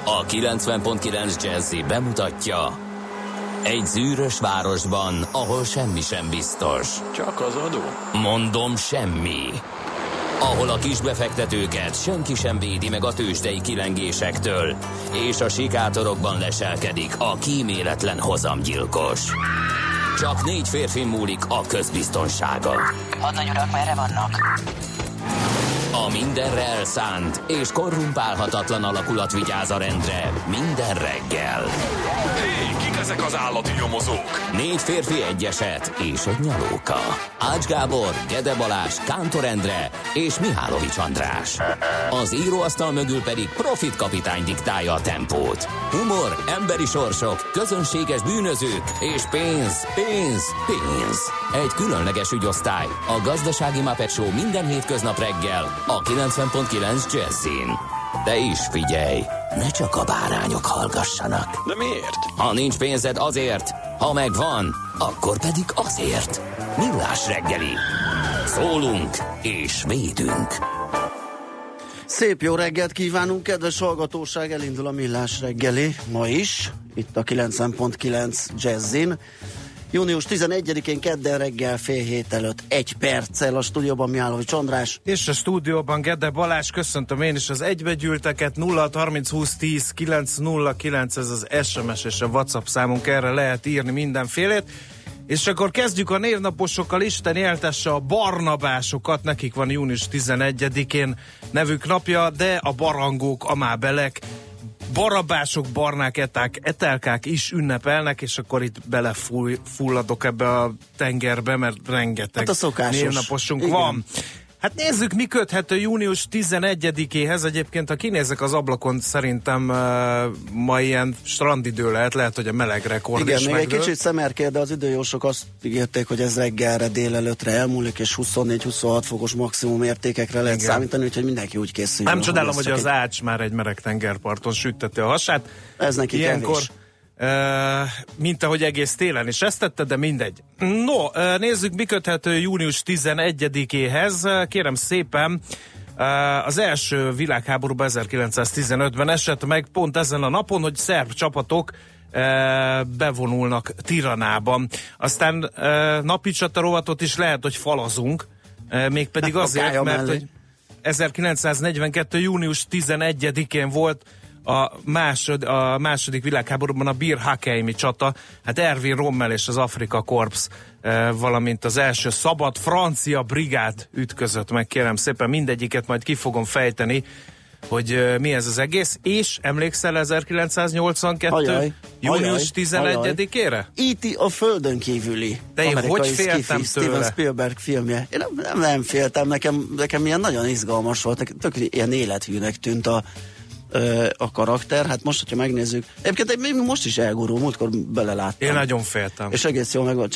A 90.9 Jazzy bemutatja: egy zűrös városban, ahol semmi sem biztos. Csak az adó? Mondom, semmi. Ahol a kisbefektetőket senki sem védi meg a tőzsdei kilengésektől, és a sikátorokban leselkedik a kíméletlen hozamgyilkos. Csak 4 férfi múlik a közbiztonsága. Hadnagy urak, merre vannak? A mindenre elszánt és korrumpálhatatlan alakulat vigyáz a rendre minden reggel. Hé, kik ezek az állati nyomozók? 4 férfi, egy eset és egy nyalóka. Ács Gábor, Gede Balázs, Kántor Endre és Mihálovics András. Az íróasztal mögül pedig Profit kapitány diktálja a tempót. Humor, emberi sorsok, közönséges bűnözők és pénz, pénz, pénz. Egy különleges ügyosztály, a Gazdasági Muppet Show minden hétköznap reggel a 90.9 Jazzin. De is figyelj, ne csak a bárányok hallgassanak. De miért? Ha nincs pénzed, azért, ha megvan, akkor pedig azért. Millás reggeli. Szólunk és védünk. Szép jó reggelt kívánunk, kedves hallgatóság, elindul a Millás reggeli, ma is, itt a 90.9 Jazzin. Június 11-én kedden reggel fél hét előtt 1 perccel a stúdióban Mihálovics András. És a stúdióban Gede Balázs, köszöntöm én is az egybegyűlteket, 0-30 20 10 909, ez az SMS és a WhatsApp számunk, erre lehet írni mindenfélét. És akkor kezdjük a névnaposokkal, Isten éltesse a barnabásokat, nekik van június 11-én nevük napja, de a barangók, amábelek, barabások, barnák, etelkák is ünnepelnek, és akkor itt belefulladok ebbe a tengerbe, mert rengeteg névnaposunk van. Hát nézzük, mi köthető június 11-éhez. Egyébként, ha kinézek az ablakon, szerintem ma ilyen strandidő lehet, hogy a meleg rekord igen, is még megdől. egy kicsit szemerkél, de az időjósok azt ígérték, hogy ez reggelre, délelőttre elmúlik, és 24-26 fokos maximum értékekre lehet számítani, úgyhogy mindenki úgy készül. Nem csodálom, hogy az Ács már egy meleg tengerparton sütteti a hasát. Ez neki ilyenkor kevés. Mint ahogy egész télen is ezt tette, de mindegy. No, nézzük, mi köthető június 11-éhez. Kérem szépen, az első világháborúban 1915-ben esett meg pont ezen a napon, hogy szerb csapatok bevonulnak Tiranában. Aztán napi csatarovatot is lehet, hogy falazunk, mégpedig azért, mert hogy 1942. június 11-én volt a második világháborúban a Bir Hakeimi csata, hát Erwin Rommel és az Afrika Korps, valamint az első szabad francia brigád ütközött meg, kérem szépen, mindegyiket majd ki fogom fejteni, hogy mi ez az egész, és emlékszel 1982. június 11-ére? E.T. a földön kívüli. De én hogy féltem tőle? Steven Spielberg filmje. Én nem féltem, nekem ilyen nagyon izgalmas volt, tök ilyen élethűnek tűnt a karakter. Hát most, hogyha megnézzük, egyébként még most is elgurul, múltkor beleláttam. Én nagyon féltem. És egész jól meg volt.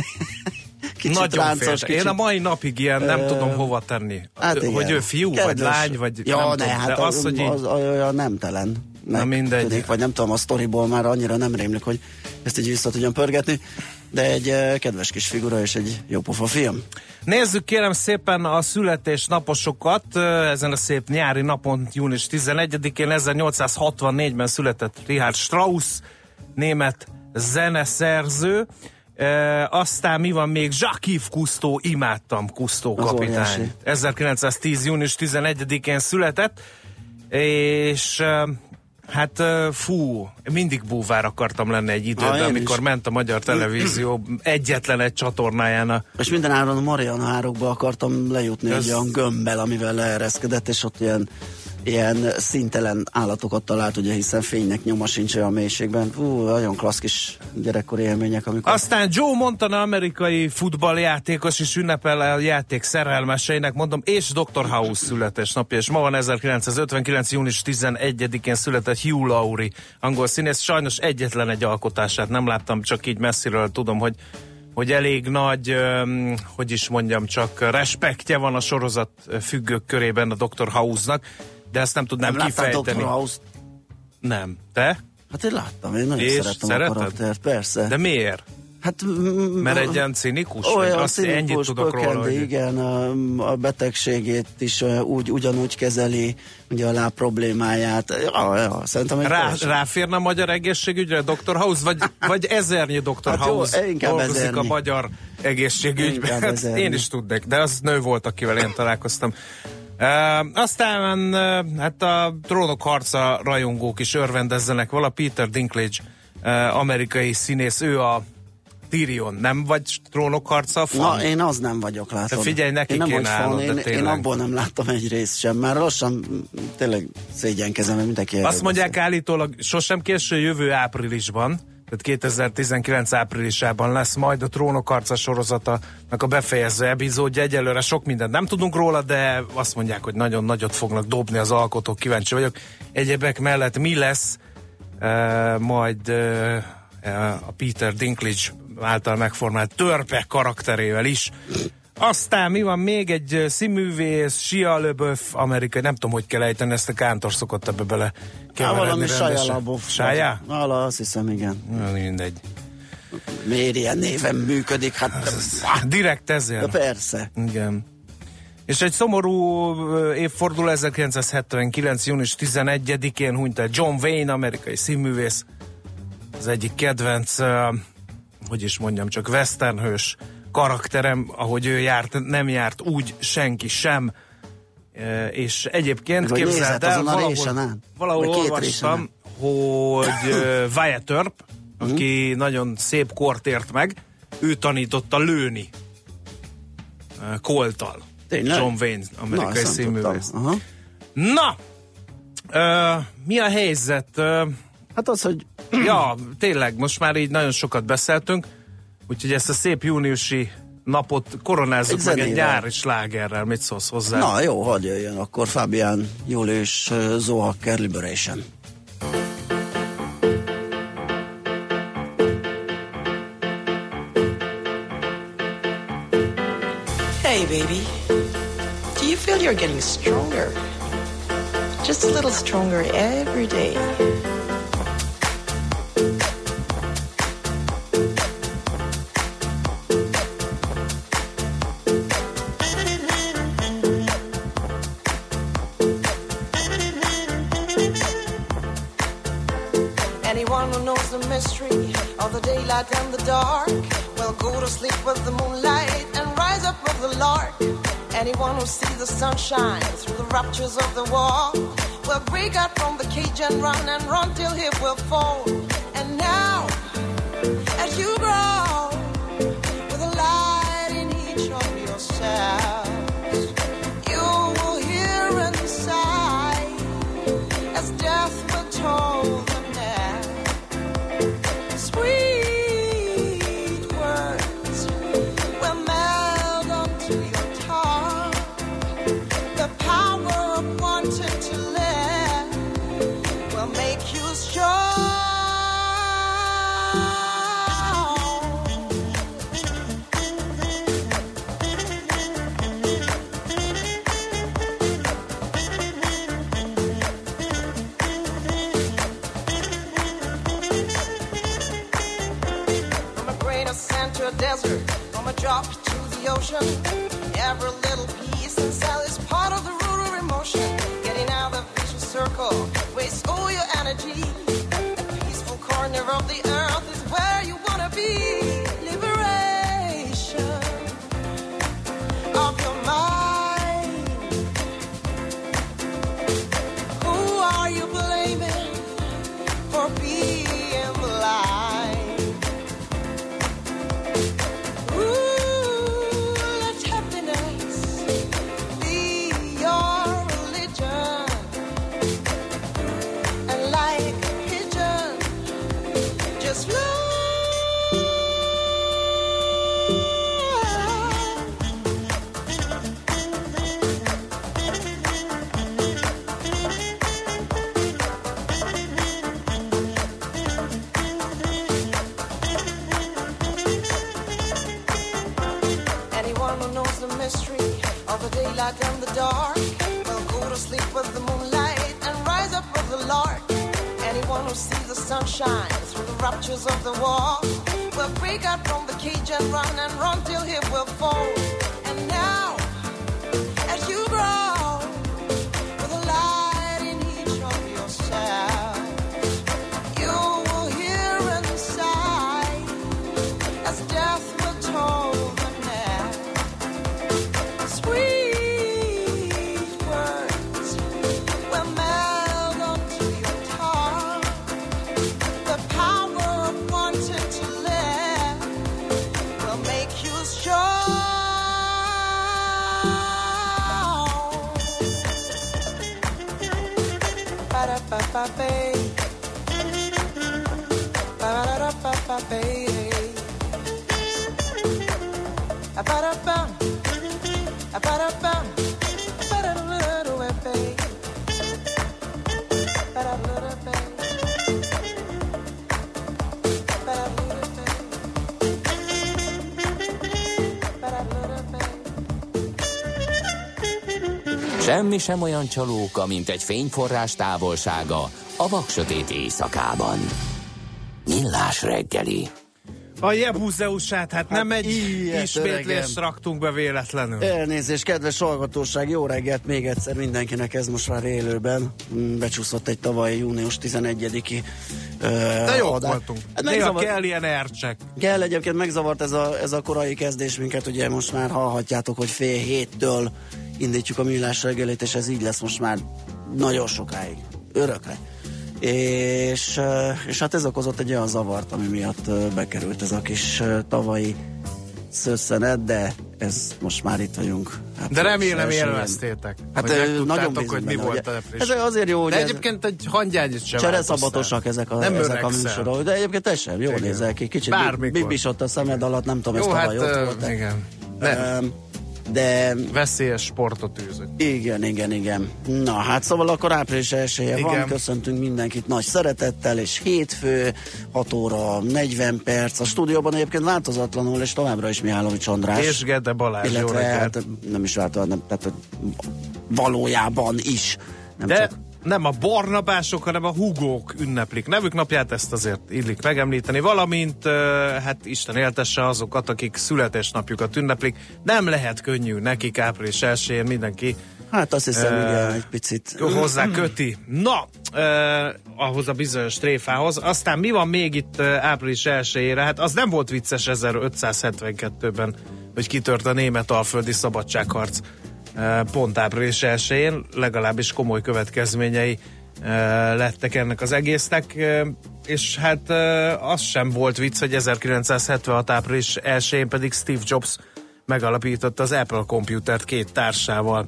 Nagyon féltem. Én a mai napig ilyen nem tudom hova tenni. Hát hogy ő fiú, vagy lány, vagy ja, nem tudom. Hát de az, hogy az olyan nemtelen. Na mindegy. Tűnik, vagy nem tudom, a sztoriból már annyira nem rémlik, hogy ezt így vissza tudjam pörgetni, de egy kedves kis figura és egy jópofa film. Nézzük kérem szépen a születésnaposokat. Ezen a szép nyári napon, június 11-én 1864-ben született Richard Strauss, német zeneszerző. Aztán mi van még? Jacques-Yves Cousteau, imádtam Cousteau kapitány. 1910. június 11-én született, és hát mindig búvár akartam lenni egy időben, amikor is ment a magyar televízió egyetlen egy csatornáján. És minden áron a Mariana árokba akartam lejutni egy olyan gömbbel, amivel leereszkedett, és ott ilyen színtelen állatokat talált, ugye, hiszen fénynek nyoma sincs olyan mélységben. Nagyon klassz kis gyerekkori élmények. Amikor... Aztán Joe Montana, amerikai futballjátékos is ünnepel a játék szerelmeseinek, mondom, és Dr. House születésnapja, és ma van 1959. június 11-én született Hugh Laurie, angol színész. Sajnos egyetlen egy alkotását nem láttam, csak így messziről tudom, hogy elég nagy, hogy is mondjam, csak respektje van a sorozat függők körében a Dr. House-nak, de ezt nem tudnám kifejteni. Dr. House-t? Nem. Te? Hát én láttam, én nagyon szerettem a karaktert, persze. De miért? Hát, mert egy ilyen cinikus? Olyan ennyit cinikus, tudok róla, hogy... igen, a betegségét is ugyanúgy kezeli, ugye a láb problémáját. Szerintem ráférne a magyar egészségügyre Dr. House, vagy ezernyi Dr. House dolgozik a magyar egészségügyben? Én is tudnék, de az nő volt, akivel én találkoztam. Aztán hát a Trónok harca rajongók is örvendezzenek vala. Peter Dinklage, amerikai színész, ő a Tyrion, nem vagy Trónok harca fan? Na, én az nem vagyok, látod. Te figyelj, neki kéne állod, de tényleg. Én abból nem láttam egy részt sem, már lassan tényleg szégyenkezem, mert mindenki... Azt mondják állítólag, sosem késő, jövő áprilisban, tehát 2019 áprilisában lesz majd a Trónok harca sorozatának a befejező epizódja. Egyelőre sok mindent nem tudunk róla, de azt mondják, hogy nagyon nagyot fognak dobni az alkotók, kíváncsi vagyok. Egyebek mellett mi lesz majd a Peter Dinklage által megformált törpe karakterével is. Aztán mi van még? Egy színművész, Shia LaBeouf, amerikai, nem tudom, hogy kell ejteni, ezt a Kántor szokott ebbe bele keveredni. Valami Shia LaBeouf. Shia? Azt hiszem, igen. Mindegy. Miért ilyen néven működik? Hát, direkt ezért. De persze. Igen. És egy szomorú évfordul, 1979. június 11-én hunyt el John Wayne, amerikai színművész, az egyik kedvenc, hogy is mondjam, csak westernhős karakterem, ahogy ő járt, nem járt úgy senki sem, és egyébként képzeld el, valahol olvastam, hogy Wyatt Earp, aki nagyon szép kort ért meg, ő tanította lőni kolttal. John Wayne, amerikai színművész. Na, mi a helyzet? Hát az, hogy... Ja, tényleg, most már így nagyon sokat beszéltünk, úgyhogy ezt a szép júniusi napot koronázzuk meg egy nyári slágerrel. Mit szólsz hozzá? Na jó, hadd jöjjön akkor Fabian Julius Zohacker Liberation. Hey baby, do you feel you're getting stronger? Just a little stronger every day. Anyone who knows the mystery of the daylight and the dark will go to sleep with the moonlight and rise up with the lark. Anyone who sees the sunshine through the raptures of the wall will break out from the cage and run till he will fall. And now, as you grow with a light in each of yourselves, you will hear inside as death will toll the net. Sweet words will melt onto your tongue. The power of wanting to live will make you strong. From a grain of sand to a desert, from a drop to the ocean, every little piece inside is part of the root of emotion. Getting out of the vicious circle, waste all your energy. A peaceful corner of the earth is where you wanna be. Liberation of your mind. Who are you blaming for being blind? Ooh, let happiness be your religion. And like a pigeon, just fly. Anyone who knows the mystery of the daylight and the dark will go to sleep with the moonlight and rise up with the lark. Anyone who sees the sunshine through the raptures of the wall We'll break out from the cage and run till he will fall. And now, as you grow, with a light in each of yourself, you will hear inside as death will toll the net. Sweet words will melt onto your tongue. The power of wanting to live will make you strong. Ba-da-ba-ba-ba. Ba-da-da-ba-ba-ba. Ba-da-bum. Ba-da-bum. Ba-da-da-da-da-da-da. Ba-da-da-da-da. Semmi sem olyan csalóka, mint egy fényforrás távolsága a vaksötét éjszakában. Millás reggeli. A Jebuseusát, hát nem egy ilyet, ismétlést öregem. raktunk be véletlenül. Elnézést, kedves hallgatóság, jó reggelt még egyszer mindenkinek, ez most már élőben. Becsúszott egy tavalyi június 11-i De jók adás. voltunk. Hát Néha kell ilyen ercsek. Kell, egyébként megzavart ez a korai kezdés minket, ugye most már hallhatjátok, hogy 6:30-től indítjuk a Millás reggelit, és ez így lesz most már nagyon sokáig, örökre. És hát ez okozott egy olyan zavart, ami miatt bekerült ez a kis tavalyi szösszenet, de ez most már itt vagyunk. De remélem élveztétek. Hát hogy nagyon megtudtátok, hogy mi benne, volt a ugye. repülés. Ez azért jó, hogy de egyébként egy hangyányit sem csereszabatosak ezek a műsorok, de egyébként ez sem jól nézel ki. Kicsit bibis ott a szemed alatt, nem tudom, ez tavaly ott volt. Igen. De veszélyes sportot űzök. Igen. Na, hát szóval akkor április 1-je van, köszöntünk mindenkit nagy szeretettel, és hétfő, 6 óra 40 perc. A stúdióban egyébként változatlanul, és továbbra is Mihálovics András. És Gede Balázs, jó illetve, reggelt. hát, nem is változatlanul, tehát valójában is. Nem de csak nem a Barnabások, hanem a Hugók ünneplik nevük napját, ezt azért illik megemlíteni, valamint hát Isten éltesse azokat, akik születésnapjukat ünneplik. Nem lehet könnyű nekik április 1-én, mindenki hát azt hiszem, igen, egy picit hozzá köti. Na, ahhoz a bizonyos tréfához. Aztán mi van még itt április 1-ére? Hát az nem volt vicces 1572-ben, hogy kitört a német alföldi szabadságharc pont április 1-én, legalábbis komoly következményei lettek ennek az egésznek, és hát az sem volt vicc, hogy 1976 április 1-én pedig Steve Jobs megalapította az Apple komputert 2 társával.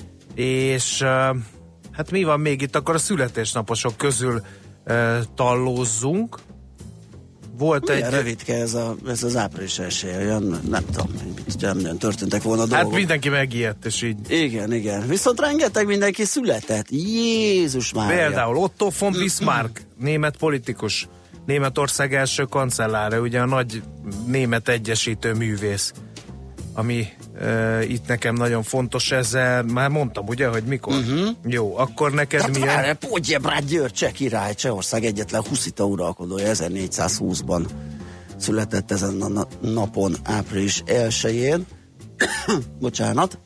És hát mi van még itt, akkor a születésnaposok közül tallózzunk. Volt milyen rövidke ez az április 1-je, olyan nem tudom, nem történtek volna dolgok. Hát mindenki megijedt, és így. Igen. Viszont rengeteg mindenki született. Jézus Mária. Például Otto von Bismarck, német politikus, Németország első kancellára, ugye a nagy német egyesítő művész, ami itt nekem nagyon fontos, ezzel már mondtam, ugye, hogy mikor? Jó, akkor neked hát milyen? Podjebrád György, cseh király, Csehország egyetlen huszita uralkodója 1420-ban született ezen a napon, április 1-én. Bocsánat.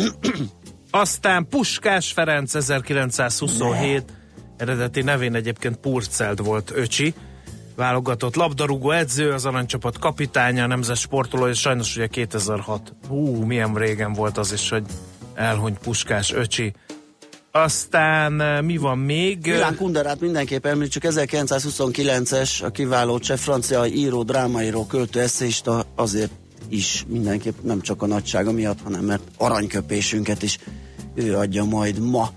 Aztán Puskás Ferenc 1927, eredeti nevén egyébként Purceld volt öcsi, válogatott labdarúgó edző, az aranycsapat kapitánya, a nemzet sportoló, és sajnos ugye 2006. Milyen régen volt az is, hogy elhunyt Puskás öcsi. Aztán mi van még? Milán Kunderát mindenképp említsük, 1929-es, a kiváló cseh-francia író, drámaíró, költő, esszéista, azért is mindenképp nem csak a nagysága miatt, hanem mert aranyköpésünket is ő adja majd ma.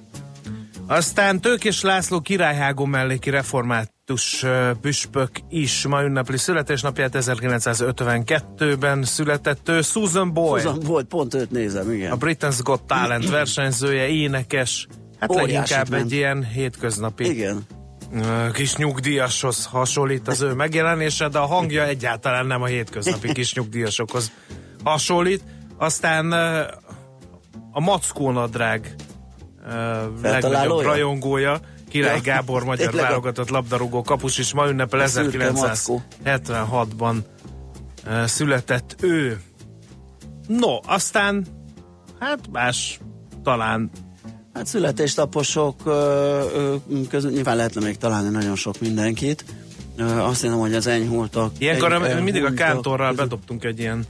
Aztán Tőkés László királyhágó melléki református püspök is ma ünnepli születésnapját, 1952-ben született ő. Susan Boyle, pont őt nézem, igen. a Britain's Got Talent versenyzője, énekes, hát óriásit leginkább egy ilyen hétköznapi igen. Kis nyugdíjashoz hasonlít az ő megjelenése, de a hangja egyáltalán nem a hétköznapi kis nyugdíjasokhoz hasonlít. Aztán a Mackónadrág legnagyobb rajongója, Király Gábor, magyar válogatott labdarúgó kapus is ma ünnepel, 1976-ban született ő. No, aztán hát más talán. Hát születésnaposok közül nyilván lehetne még találni nagyon sok mindenkit. Azt hiszem, hogy az enyhultak. Ilyenkor mindig a Kántorral bedobtunk egy ilyen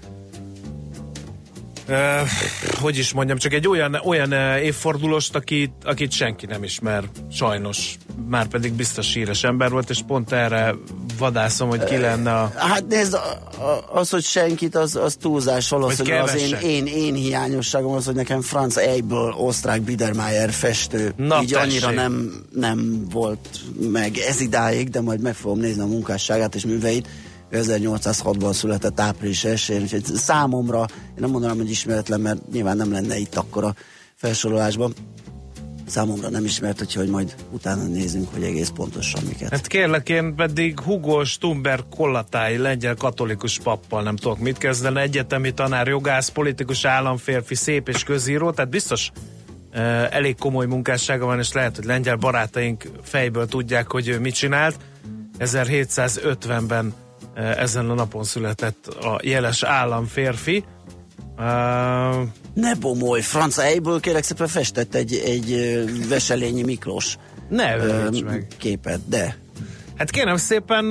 hogy is mondjam, csak egy olyan évfordulóst, akit senki nem ismer, sajnos. Már pedig biztos híres ember volt, és pont erre vadászom, hogy ki lenne a... Hát nézd, az, hogy senkit, az túlzás valószínűleg az én hiányosságom az, hogy nekem Franz Eibel, osztrák Biedermeier festő, így tessék. Annyira nem volt meg ez idáig, de majd meg fogom nézni a munkásságát és műveit. 1806-ban született április 1-én, úgyhogy számomra, én nem mondanám, hogy ismeretlen, mert nyilván nem lenne itt akkor a felsorolásban. Számomra nem ismert, hogy majd utána nézzünk, hogy egész pontosan miket. Hát kérlek, én pedig Hugo Stumber Kollatály, lengyel katolikus pappal nem tudok mit kezdeni, egyetemi tanár, jogász, politikus, államférfi, szép és közíró, tehát biztos elég komoly munkássága van, és lehet, hogy lengyel barátaink fejből tudják, hogy ő mit csinált. 1750-ben ezen a napon született a jeles államférfi. Ne bomolj, Franz Eibel kérlek szépen festett egy Veselényi Miklós képet, de... Hát kérem szépen,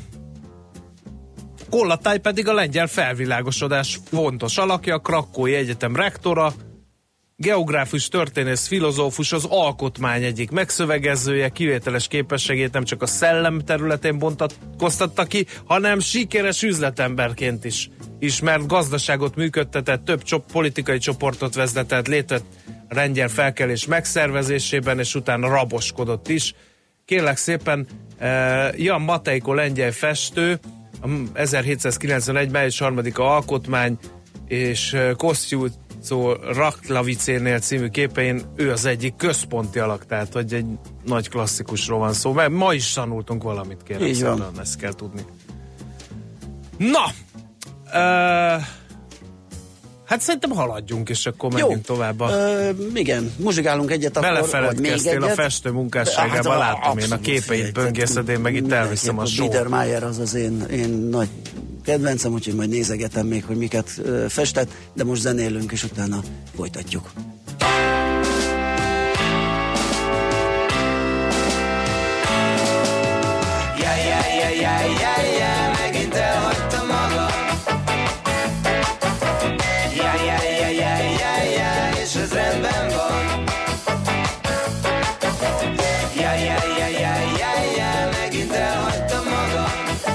Kollatály pedig a lengyel felvilágosodás fontos alakja, a Krakói Egyetem rektora, geográfus, történész, filozófus, az alkotmány egyik megszövegezője, kivételes képességét nem csak a szellem területén bontatkoztatta ki, hanem sikeres üzletemberként is ismert, gazdaságot működtetett, több politikai csoportot vezetett, létett a lengyel felkelés megszervezésében, és utána raboskodott is. Kérlek szépen, Jan Matejko lengyel festő, 1791. május 3-a alkotmány és Kosztjúcó Raklavicénél című képein ő az egyik központi alak, tehát hogy egy nagy klasszikusról van szó, mert ma is tanultunk valamit, kérlek szépen, ezt kell tudni. Na! Hát szerintem haladjunk, és akkor menjünk tovább. Igen, muzsikálunk egyet, akkor belefeledkeztél a festő munkásságában, látom én a képeit böngészed, én meg itt elviszem a sót. Biedermeier az én nagy kedvencem, úgyhogy majd nézegetem még, hogy miket festett, de most zenélünk, és utána folytatjuk. Megint elhagytam magam. És ez rendben van. Megint elhagytam magam.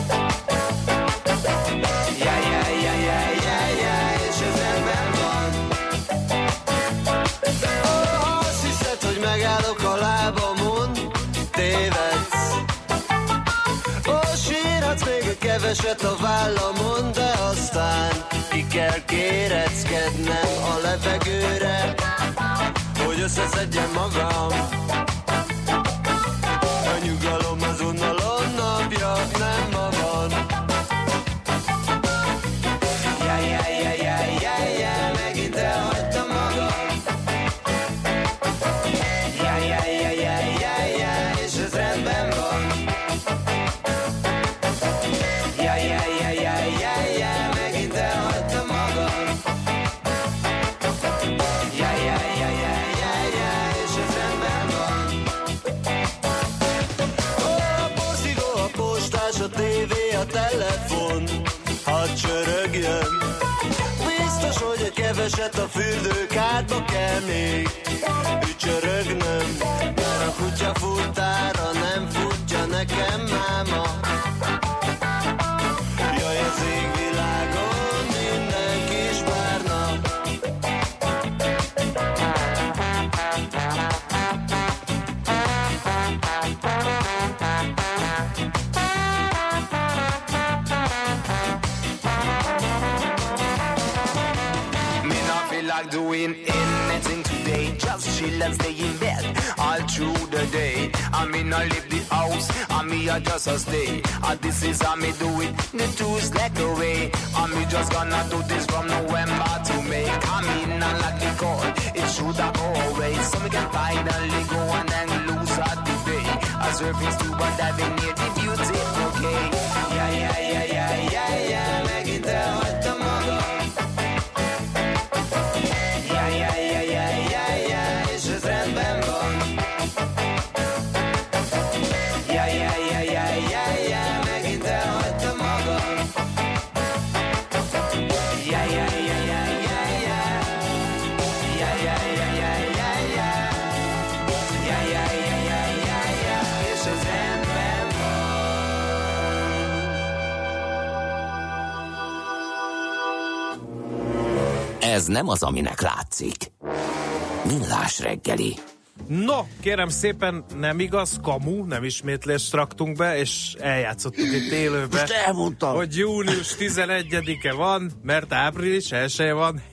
És ez rendben van. Azt hiszed, hogy megállok a lábamon, tévedsz. Sírhatsz még egy keveset a vállamon, de aztán ki kell kéreckednem a levegőre, hogy összeszedjem magam. A nyugalom az unalom napja, nem ma van. Megint elhagytam magam. És ez rendben van. Megint elhagytam magam. És ez rendben van. A porszívó, a postás, a tévé, a telefon, hadd csörögjön. Biztos, hogy egy keveset a fürdőkádba kell még ücsörögnöm, mert a kutya futtára nem futja nekem máma. Jaj, az égvilágon mindenki is várna. Me not feel like doing anything today, just chill and stay in bed all through the day. I mean I leave the house, I mean I just a stay. This is how me do it, the two's like away. I me just gonna do this from November to May. I mean I like the call, it should have go away, so we can finally go and then lose out the day. surfing scuba diving near the beautiful K. Yeah, megint elhagytam magam. Yeah, és ez rendben van. Yeah, megint elhagytam magam. Yeah. És ez rendben van. Ez nem az, aminek látszik. Millás reggeli. No, kérem szépen, nem igaz, kamu, nem ismétlést raktunk be, és eljátszottuk itt élőben. Most elmondtam. Hogy június 11-e van, mert április 1-e van.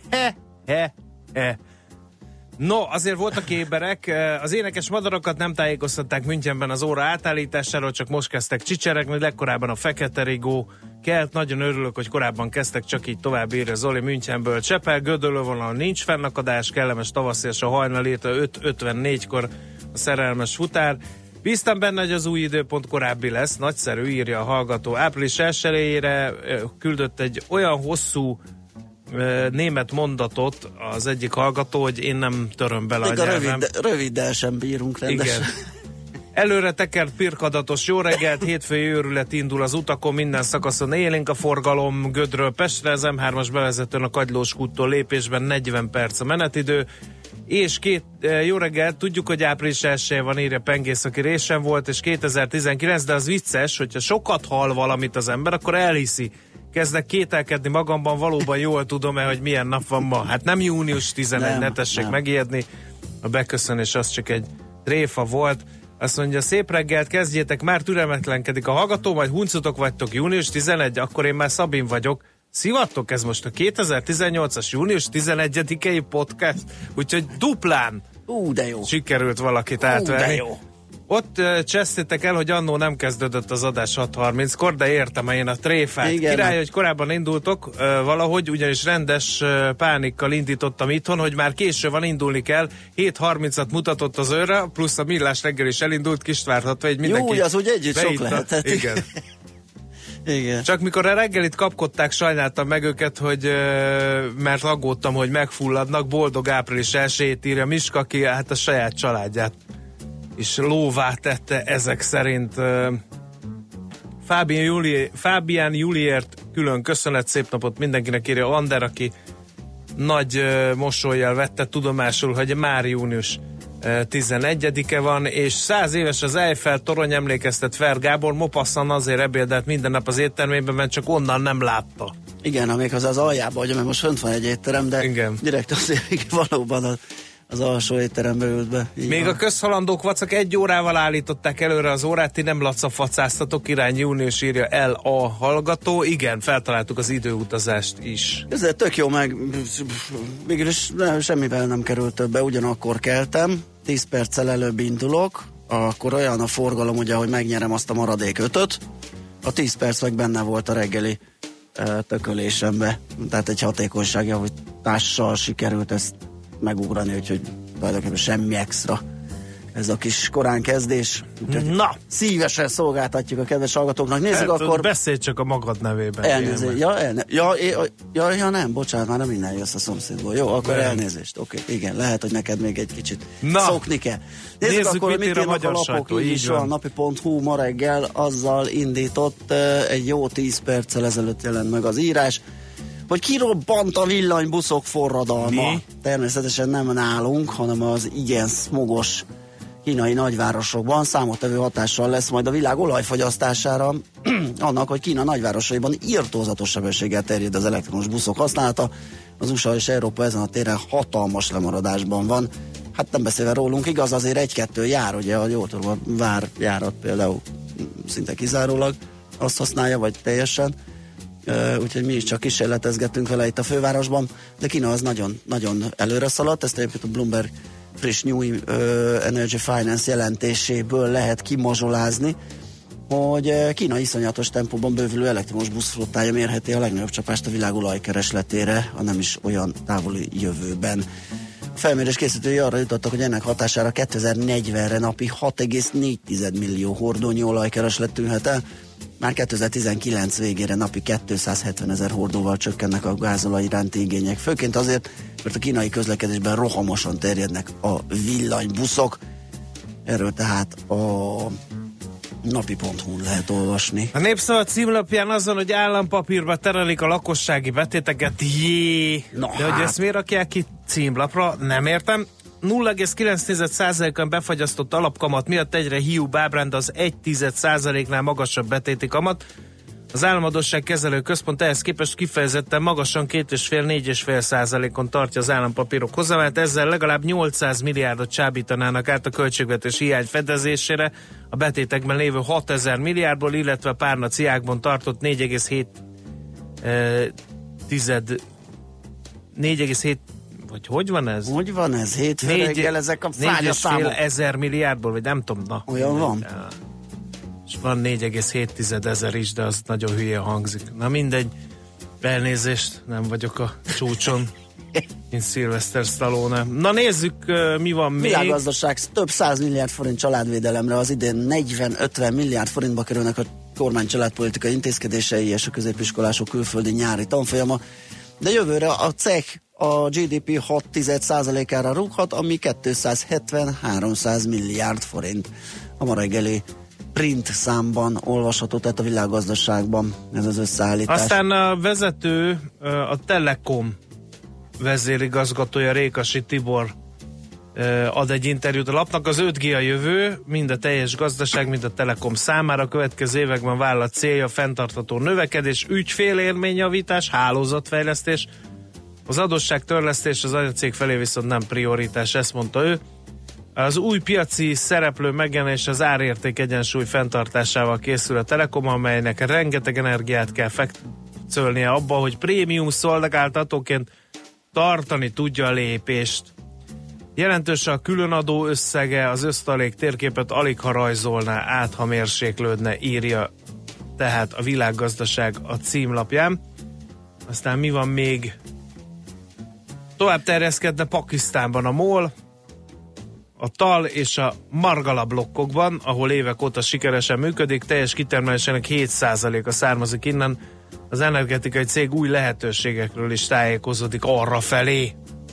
He. No, azért voltak éberek, az énekes madarakat nem tájékoztatták Münchenben az óra átállításáról, csak most kezdtek csicseregni, legkorábban a Fekete Rigó kelt. Nagyon örülök, hogy korábban kezdtek, csak így tovább írja Zoli Münchenből. Csepel, Gödöllővonalon nincs fennakadás, kellemes tavaszi és a hajnalírta 5:54-kor a szerelmes futár. Bíztam benne, hogy az új időpont korábbi lesz, nagyszerű, írja a hallgató. Április 1-ére küldött egy olyan hosszú német mondatot az egyik hallgató, hogy én nem töröm bele még a nyelvem. Röviddel sem bírunk rendesen. Igen. Előre tekert pirkadatos jó reggelt, hétfői őrület indul az utakon, minden szakaszon élénk a forgalom, Gödről Pestre, az M3-as bevezetőn a Kagylós kúttól lépésben 40 perc a menetidő, és jó reggelt, tudjuk, hogy április 1-je van, írja Pengész, aki résen volt, és 2019, de az vicces, hogyha sokat hall valamit az ember, akkor elhiszi. Kezdek kételkedni magamban, valóban jól tudom-e, hogy milyen nap van ma. Hát nem június 11, ne tessék megijedni. A beköszönés az csak egy tréfa volt. Azt mondja, szép reggelt, kezdjétek, már türelmetlenkedik a hallgató, majd huncutok vagytok, június 11, akkor én már Szabin vagyok. Szivattok, ez most a 2018-as június 11-i podcast, úgyhogy duplán de jó. Sikerült valakit átverni. De jó. Ott csesztétek el, hogy annó nem kezdődött az adás 6:30-kor, de értem én a tréfát. Igen. Király, hogy korábban indultok valahogy, ugyanis rendes pánikkal indítottam itthon, hogy már késő van, indulni kell. 7:30-at mutatott az őre, plusz a Millás reggel is elindult, Kistvárhatva, így mindenki jó, az úgy együtt beitta. sok lehetett. Igen. Igen. Csak mikor a reggelit kapkodták, sajnáltam meg őket, hogy mert aggódtam, hogy megfulladnak. Boldog április 1-ét írja Miska, aki hát a saját családját és lóvá tette ezek szerint. Fábián Juliért külön köszönet, szép napot mindenkinek, írja Ander, aki nagy mosollyal vette tudomásul, hogy már június 11-e van, és 100 éves az Eiffel torony, emlékeztet Fer Gábor, Mopasszan azért ebédelt minden nap az éttermében, mert csak onnan nem látta. Igen, amíg az aljában, hogy mert most fönt van egy étterem, de igen. Direkt azért valóban az alsó étterembe ült be. Még van. A közhalandók vacak 1 órával állították előre az órát, ti nem lacafacáztatok, irány június, írja el a hallgató. Igen, feltaláltuk az időutazást is. Ez tök jó, meg mégis semmivel nem került többe, ugyanakkor keltem, 10 perccel előbb indulok, akkor olyan a forgalom, ugye, hogy megnyerem azt a maradék 5-öt, a 10 perc meg benne volt a reggeli tökölésembe, tehát egy hatékonyságjavítással sikerült ezt megugrani, úgyhogy tulajdonképpen semmi extra ez a kis korán kezdés. Na! Szívesen szolgáltatjuk a kedves hallgatóknak. Nézzük akkor... Beszélj csak a magad nevében. Elnézést. Ja, nem, bocsánat, már nem innen jössz a szomszédból. Jó, akkor elnézést. Oké, igen, lehet, hogy neked még egy kicsit szokni kell. Nézzük akkor, mit írnak a lapok. Így is van, napi.hu ma reggel azzal indított, egy jó 10 perccel ezelőtt jelent meg az írás, hogy kirobbant a villanybuszok forradalma. Mi? Természetesen nem nálunk, hanem az igen szmogos kínai nagyvárosokban. Számottevő hatással lesz majd a világ olajfogyasztására annak, hogy Kína nagyvárosaiban irtózatos sebességgel terjed az elektromos buszok használata. Az USA és Európa ezen a téren hatalmas lemaradásban van. Hát nem beszélve rólunk, igaz, azért 1-2 jár, ugye a jótorban várjárat például szinte kizárólag azt használja, vagy teljesen. Úgyhogy mi is csak kísérletezgetünk vele itt a fővárosban, de Kína az nagyon, nagyon előre szaladt, ezt egyébként a Bloomberg friss New Energy Finance jelentéséből lehet kimazsolázni, hogy Kína iszonyatos tempóban bővülő elektromos buszflottája mérheti a legnagyobb csapást a világ olajkeresletére, a nem is olyan távoli jövőben. felmérés készítői arra jutottak, hogy ennek hatására 2040-re napi 6,4 millió hordónyi olajkereslet tűnhet el. Már 2019 végére napi 270 000 hordóval csökkennek a gázolaj iránti igények. Főként azért, mert a kínai közlekedésben rohamosan terjednek a villanybuszok. Erről tehát a napi.hu-n lehet olvasni. A Népszava címlapján azon, hogy állampapírba terelik a lakossági betéteket, de hogy ezt miért rakják ki címlapra, nem értem. 0,9%-on befagyasztott alapkamat miatt egyre hiúbb ábránd az 1,1%-nál magasabb betéti kamat. Az Államadósság Kezelő Központ ehhez képest kifejezetten magasan 2,5-4,5%-on tartja az állampapírok hozamát, ezzel legalább 800 milliárdot csábítanának át a költségvetési hiány fedezésére a betétekben lévő 6000 milliárdból, illetve párna ciákban tartott 4,7 vagy hogy van ez? Hogy van ez? Hétfő reggel ezek a fája számok. 4,5 milliárdból, vagy nem tudom, na. Olyan van? És van 4,7 ezer is, de az nagyon hülye hangzik. Na mindegy, elnézést, nem vagyok a csúcson, mint Sylvester Stallone. Na nézzük, mi van még. Világgazdaság, több 100 milliárd forint családvédelemre, az idén 40-50 milliárd forintba kerülnek a kormány családpolitikai intézkedései és a középiskolások külföldi nyári tanfolyama, de jövőre a CEH a GDP 6,1%-ára rúghat, ami 270-300 milliárd forint. A ma reggeli print számban olvasható, tehát a Világgazdaságban ez az összeállítás. Aztán a vezető, a Telekom vezérigazgatója, Rékasi Tibor ad egy interjút a lapnak. Az 5G a jövő, mind a teljes gazdaság, mind a Telekom számára. A következő években vállalt célja fenntartható növekedés, ügyfélélményjavítás, hálózatfejlesztés. Az adósságtörlesztés az anyacég felé viszont nem prioritás, ezt mondta ő. Az új piaci szereplő megjelenése az árérték egyensúly fenntartásával készül a Telekom, amelynek rengeteg energiát kell fektetnie abba, hogy prémium szolgáltatóként tartani tudja a lépést. Jelentős a különadó összege, az osztalék térképet alig ha rajzolná át, ha mérséklődne, írja tehát a Világgazdaság a címlapján. Aztán mi van még? Tovább terjeszkedne Pakisztánban a MOL, a TAL és a Margala blokkokban, ahol évek óta sikeresen működik, teljes kitermelésének 7%-a származik innen. Az energetikai cég új lehetőségekről is tájékozódik arra felé.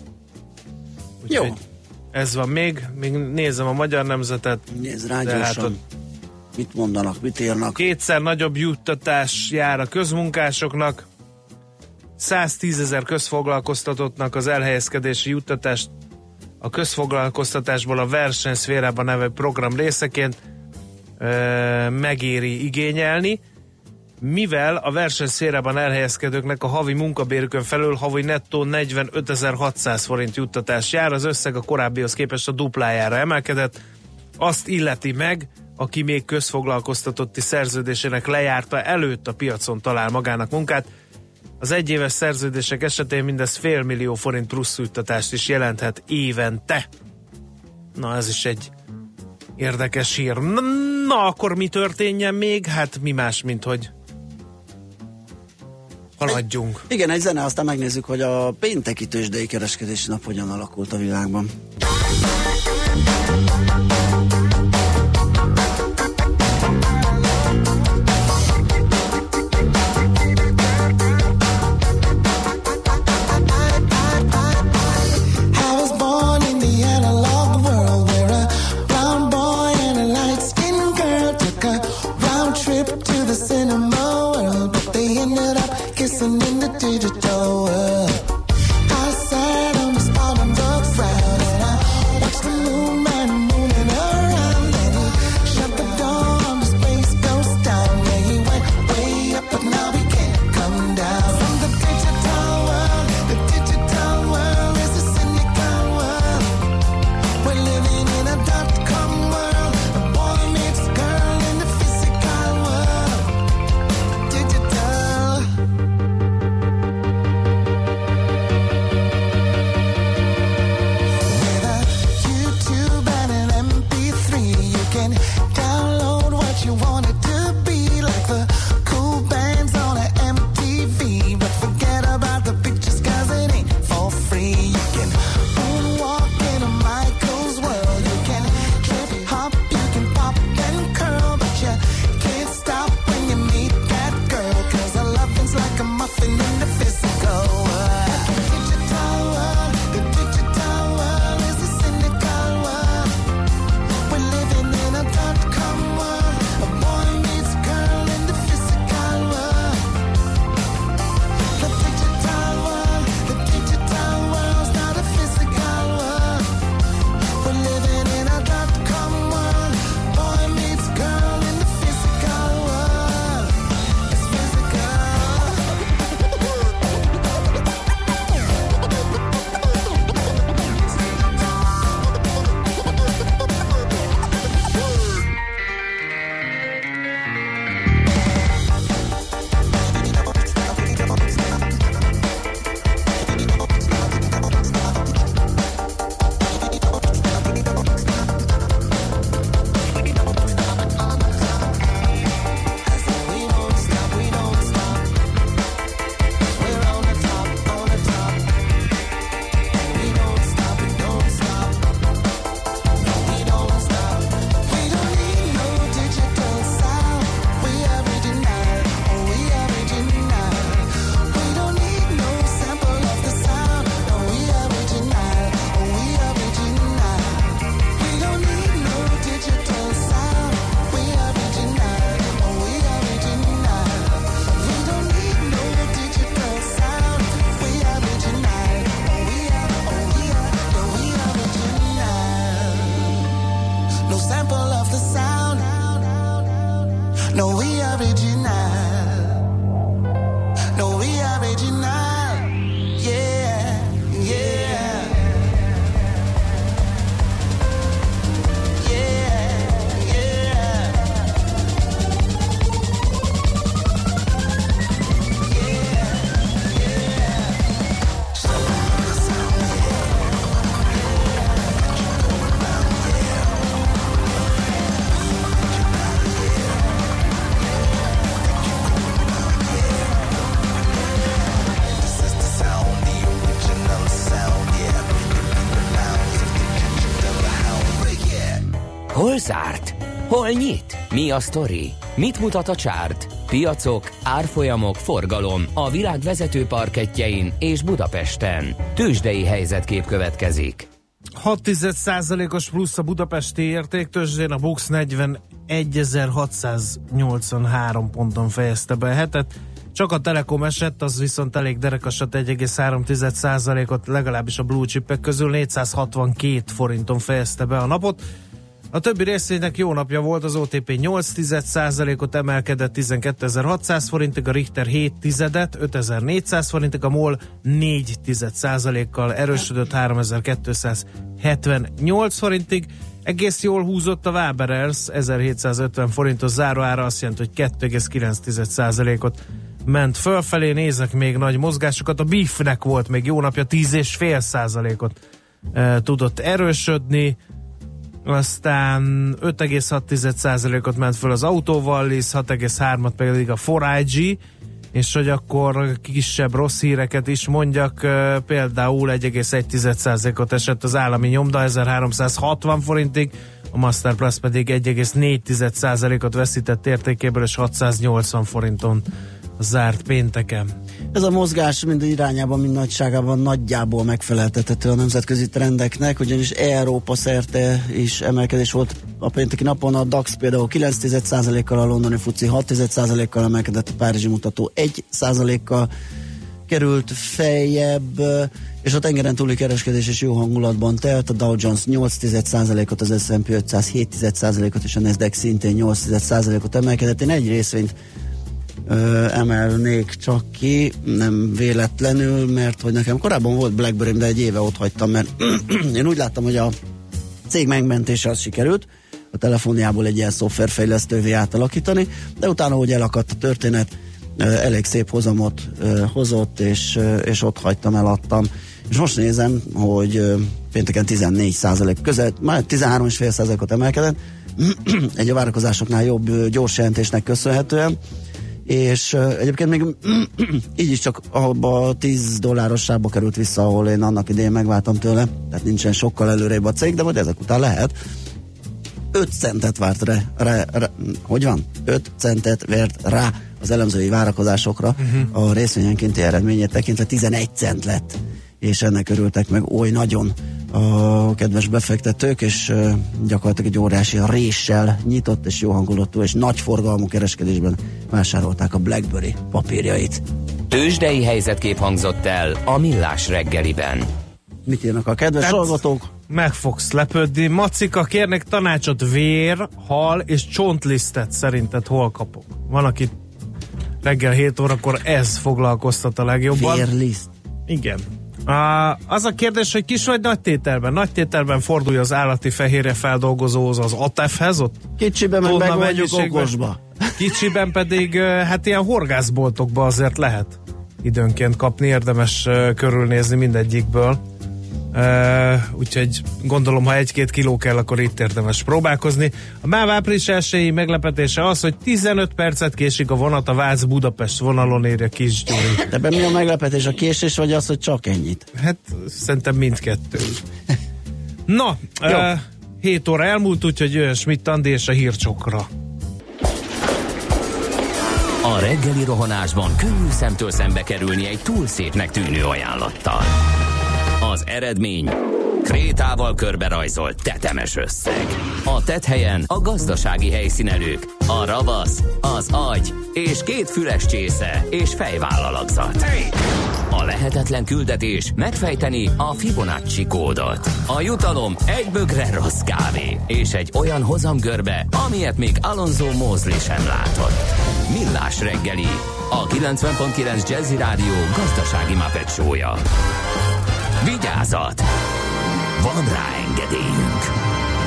Úgyhogy jó. Ez van még nézem a Magyar Nemzetet. Nézd rá gyorsan. Mit mondanak, mit írnak? Kétszer nagyobb juttatás jár a közmunkásoknak. 110 000 közfoglalkoztatottnak az elhelyezkedési juttatást a közfoglalkoztatásból a versenyszférában nevű program részeként megéri igényelni, mivel a versenyszférában elhelyezkedőknek a havi munkabérükön felül havi nettó 45.600 forint juttatás jár, az összeg a korábbihoz képest a duplájára emelkedett. Azt illeti meg, aki még közfoglalkoztatotti szerződésének lejárta előtt a piacon talál magának munkát. Az egyéves szerződések esetén mindez fél millió forint plusz juttatást is jelenthet évente. Na, ez is egy érdekes hír. Na, akkor mi történjen még? Hát mi más, mint hogy haladjunk. Igen, egy zene, aztán megnézzük, hogy a pénteki tőzsdei kereskedési nap hogyan alakult a világban. In the digital world, I sat on the spot on the ground and I watched the moon man moving around. sample of the sound. No, we original. No, we original. Yeah, yeah. Hol zárt? Hol nyit? Mi a sztori? Mit mutat a csárt? Piacok, árfolyamok, forgalom a világ vezető parkettjein és Budapesten. Tőzsdei helyzetkép következik. 6,1%-os plusz a budapesti értéktőzsdén, a BUX 41.683 ponton fejezte be a hetet. Csak a Telekom esett, az viszont elég derekasat, 1,3%-ot, legalábbis a blue chipek közül 462 forinton fejezte be a napot. A többi részvénynek jó napja volt, az OTP 8,1%-ot emelkedett 12.600 forintig, a Richter 7,1-et 5.400 forintig, a MOL 4,1%-kal erősödött 3.278 forintig. Egész jól húzott a Waberers 1750 forintos záróára, azt jelenti, hogy 2,9%-ot ment fölfelé. Nézek még nagy mozgásokat, a Beefnek volt még jó napja, 10,5%-ot tudott erősödni. Aztán 5,6%-ot ment föl az Autovallis, 6,3-at pedig a 4IG, és hogy akkor kisebb rossz híreket is mondjak, például 1,1%-ot esett az állami nyomda 1360 forintig, a Masterplus pedig 1,4%-ot veszített értékéből, és 680 forinton zárt pénteken. Ez a mozgás mind irányában, mind nagyságában nagyjából megfeleltethető a nemzetközi trendeknek, ugyanis Európa szerte is emelkedés volt a pénteki napon. A DAX például 9,1%-kal, a londoni FTSE 6,1%-kal emelkedett, a párizsi mutató 1%-kal került feljebb, és a tengeren túli kereskedés is jó hangulatban telt. A Dow Jones 8,1%-ot, az S&P 500 7,1%-ot, és a Nasdaq szintén 8,1%-ot emelkedett. Én egy részvényt emelnék csak ki, nem véletlenül, mert hogy nekem korábban volt BlackBerry, de egy éve ott hagytam, mert én úgy láttam, hogy a cég megmentése az sikerült, a telefonjából egy ilyen szoftverfejlesztővé átalakítani, de utána, hogy elakadt a történet, elég szép hozamot hozott, és ott hagytam, eladtam. És most nézem, hogy pénteken 14% közel, már 13,5%-ot emelkedett, egy a várakozásoknál jobb gyors jelentésnek köszönhetően, és egyébként még így is csak abba a $10 sávba került vissza, ahol én annak idején megváltam tőle, tehát nincsen sokkal előrébb a cég, de majd ezek után lehet. 5 centet várt hogy van? 5 centet vert rá az elemzői várakozásokra, a részvényenkénti eredményét tekintve 11 cent lett, és ennek örültek meg oly nagyon a kedves befektetők, és gyakorlatilag egy óriási réssel nyitott és jó hangulatú és nagy forgalmú kereskedésben vásárolták a BlackBerry papírjait. Tőzsdei helyzetkép hangzott el a Millás reggeliben. Mit írnak a kedves hallgatók? Meg fogsz lepődni. Macika, kérnek tanácsot, vér, hal és csontlisztet szerinted hol kapok? Van, aki reggel 7 órakor ez foglalkoztat a legjobban. Vérliszt? Igen. Az a kérdés, hogy kis vagy nagy tételben? Nagy tételben fordulj az állati fehérje feldolgozóhoz, az ATEF-hez, ott kicsiben meg vagyunk okosba. Kicsiben pedig hát ilyen horgászboltokba azért lehet időnként kapni, érdemes körülnézni mindegyikből. Úgyhogy gondolom, ha 1-2 kiló kell, akkor itt érdemes próbálkozni. A MÁV április 1-i meglepetése az, hogy 15 percet késik a vonat a Vác-Budapest vonalon, írja Kis Gyuri. Ebben mi a meglepetés? A késés, vagy az, hogy csak ennyit? Hát szerintem mindkettő. Na, 7 óra elmúlt, úgyhogy jöjjön Schmidt Andi és a hírcsokra. A reggeli rohanásban könnyű szemtől szembe kerülni egy túl szépnek tűnő ajánlattal. Az eredmény krétával körberajzolt tetemes összeg. A tetthelyen a gazdasági helyszínelők, a ravasz, az agy és 2 füles csésze és fejvállalakzat. A lehetetlen küldetés megfejteni a Fibonacci kódot. A jutalom egy bögre rossz kávé és egy olyan hozamgörbe, amilyet még Alonso Mosley sem látott. Millás reggeli, a 90.9 Jazzy Rádió gazdasági Muppet show-ja. Vigyázat! Van rá engedélyünk!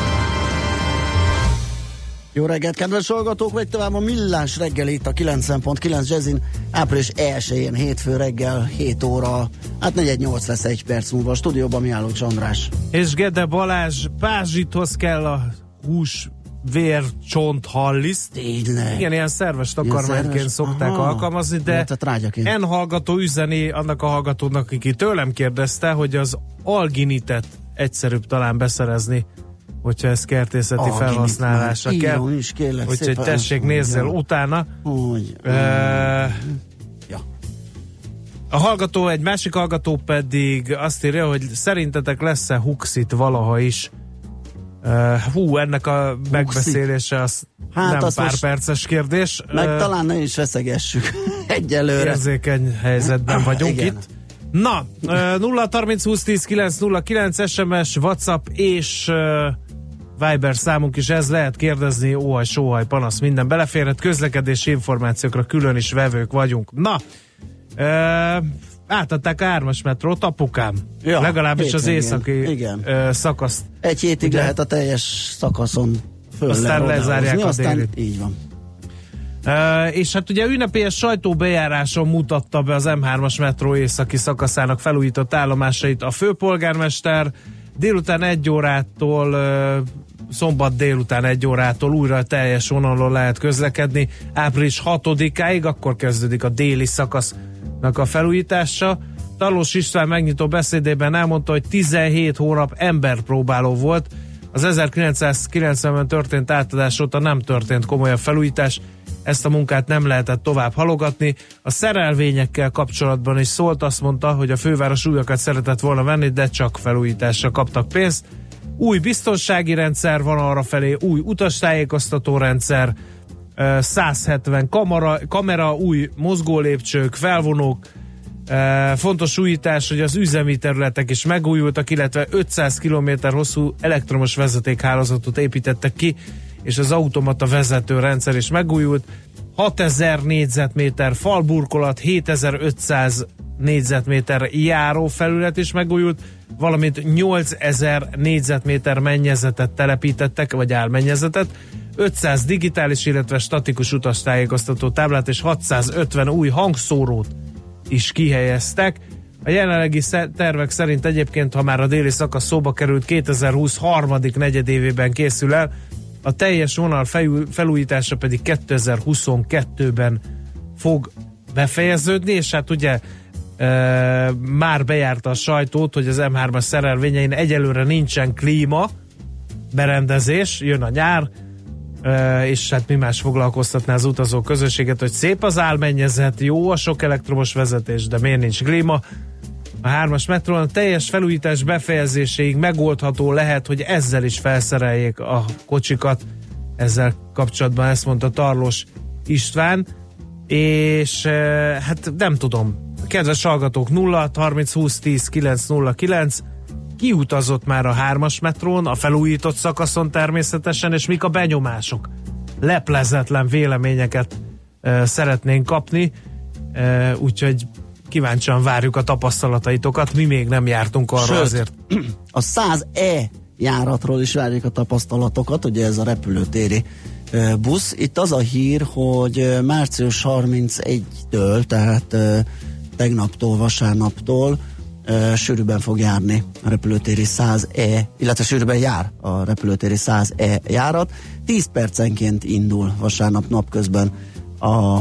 Jó reggelt, kedves hallgatók! Vagy tovább a Millás reggel itt a 90.9 Jazzin, április 1-én, hétfő reggel, 7 óra, hát 4:08 lesz egy perc múlva a stúdióban Mihálovics András. És Gede Balázs, pázsithoz kell a hús, vér, csont, halliszt. Tényleg. Igen, ilyen szerves takarmányként szokták alkalmazni, de en hallgató üzeni annak a hallgatónak, aki tőlem kérdezte, hogy az alginitet egyszerűbb talán beszerezni, hogyha ez kertészeti felhasználásra kell. Úgyhogy tessék, nézzel utána. A hallgató, egy másik hallgató pedig azt írja, hogy szerintetek lesz-e Huxit valaha is? Ennek a megbeszélése az hát nem pár perces kérdés. Meg talán ne is veszegessük egyelőre. Érzékeny helyzetben vagyunk itt. Na, 0-30-20-10-9-09 SMS, WhatsApp és Viber számunk is ez, lehet kérdezni, óhaj, sóhaj, panasz, minden beleférhet, közlekedési információkra külön is vevők vagyunk. Na, átadták a 3-as metrót, apukám. Ja, legalábbis az északi szakaszt. Egy hétig ugye lehet a teljes szakaszon föl. Aztán lezárják a délit. Így van. És hát ugye ünnepélyes sajtóbejáráson mutatta be az M3-as metró északi szakaszának felújított állomásait a főpolgármester. Délután 1 órától, szombat délután 1 órától újra teljes vonalon lehet közlekedni. Április 6-áig, akkor kezdődik a déli szakasznak a felújítása. Tarlós István megnyitó beszédében elmondta, hogy 17 hónap emberpróbáló volt. Az 1990-ben történt átadás óta nem történt komolyabb felújítás. Ezt a munkát nem lehetett tovább halogatni. A szerelvényekkel kapcsolatban is szólt, azt mondta, hogy a főváros újakat szeretett volna venni, de csak felújításra kaptak pénzt. Új biztonsági rendszer van arrafelé, új utastájékoztató rendszer, 170 kamera, új mozgólépcsők, felvonók. Fontos újítás, hogy az üzemi területek is megújultak, illetve 500 km hosszú elektromos vezetékhálózatot építettek ki, és az automata vezető rendszer is megújult. 6000 négyzetméter falburkolat, 7500 négyzetméter járófelület is megújult, valamint 8000 négyzetméter mennyezetet telepítettek, vagy álmennyezetet, 500 digitális, illetve statikus utastájékoztató táblát és 650 új hangszórót is kihelyeztek. A jelenlegi tervek szerint egyébként, ha már a déli szakasz szóba került, 2020 harmadik negyedévében készül el, a teljes vonal felújítása pedig 2022-ben fog befejeződni, és hát ugye már bejárta a sajtót, hogy az M3-as szerelvényein egyelőre nincsen klíma berendezés, jön a nyár, és hát mi más foglalkoztatná az utazó közösséget, hogy szép az álmennyezet, jó a sok elektromos vezetés, de miért nincs klíma? A 3-as metrón a teljes felújítás befejezéséig megoldható lehet, hogy ezzel is felszereljék a kocsikat. Ezzel kapcsolatban ezt mondta Tarlós István, és hát nem tudom. Kedves hallgatók, 0-30-20-10-9-09, ki utazott már a 3-as metrón, a felújított szakaszon természetesen, és mik a benyomások? Leplezetlen véleményeket szeretnénk kapni, úgyhogy kíváncsian várjuk a tapasztalataitokat, mi még nem jártunk arra. Sőt, azért. A 100E járatról is várjuk a tapasztalatokat, ugye ez a repülőtéri busz. Itt az a hír, hogy március 31-től, tehát tegnaptól, vasárnaptól sűrűbben fog járni a repülőtéri 100E, illetve sűrűbben jár a repülőtéri 100E járat. 10 percenként indul vasárnap napközben a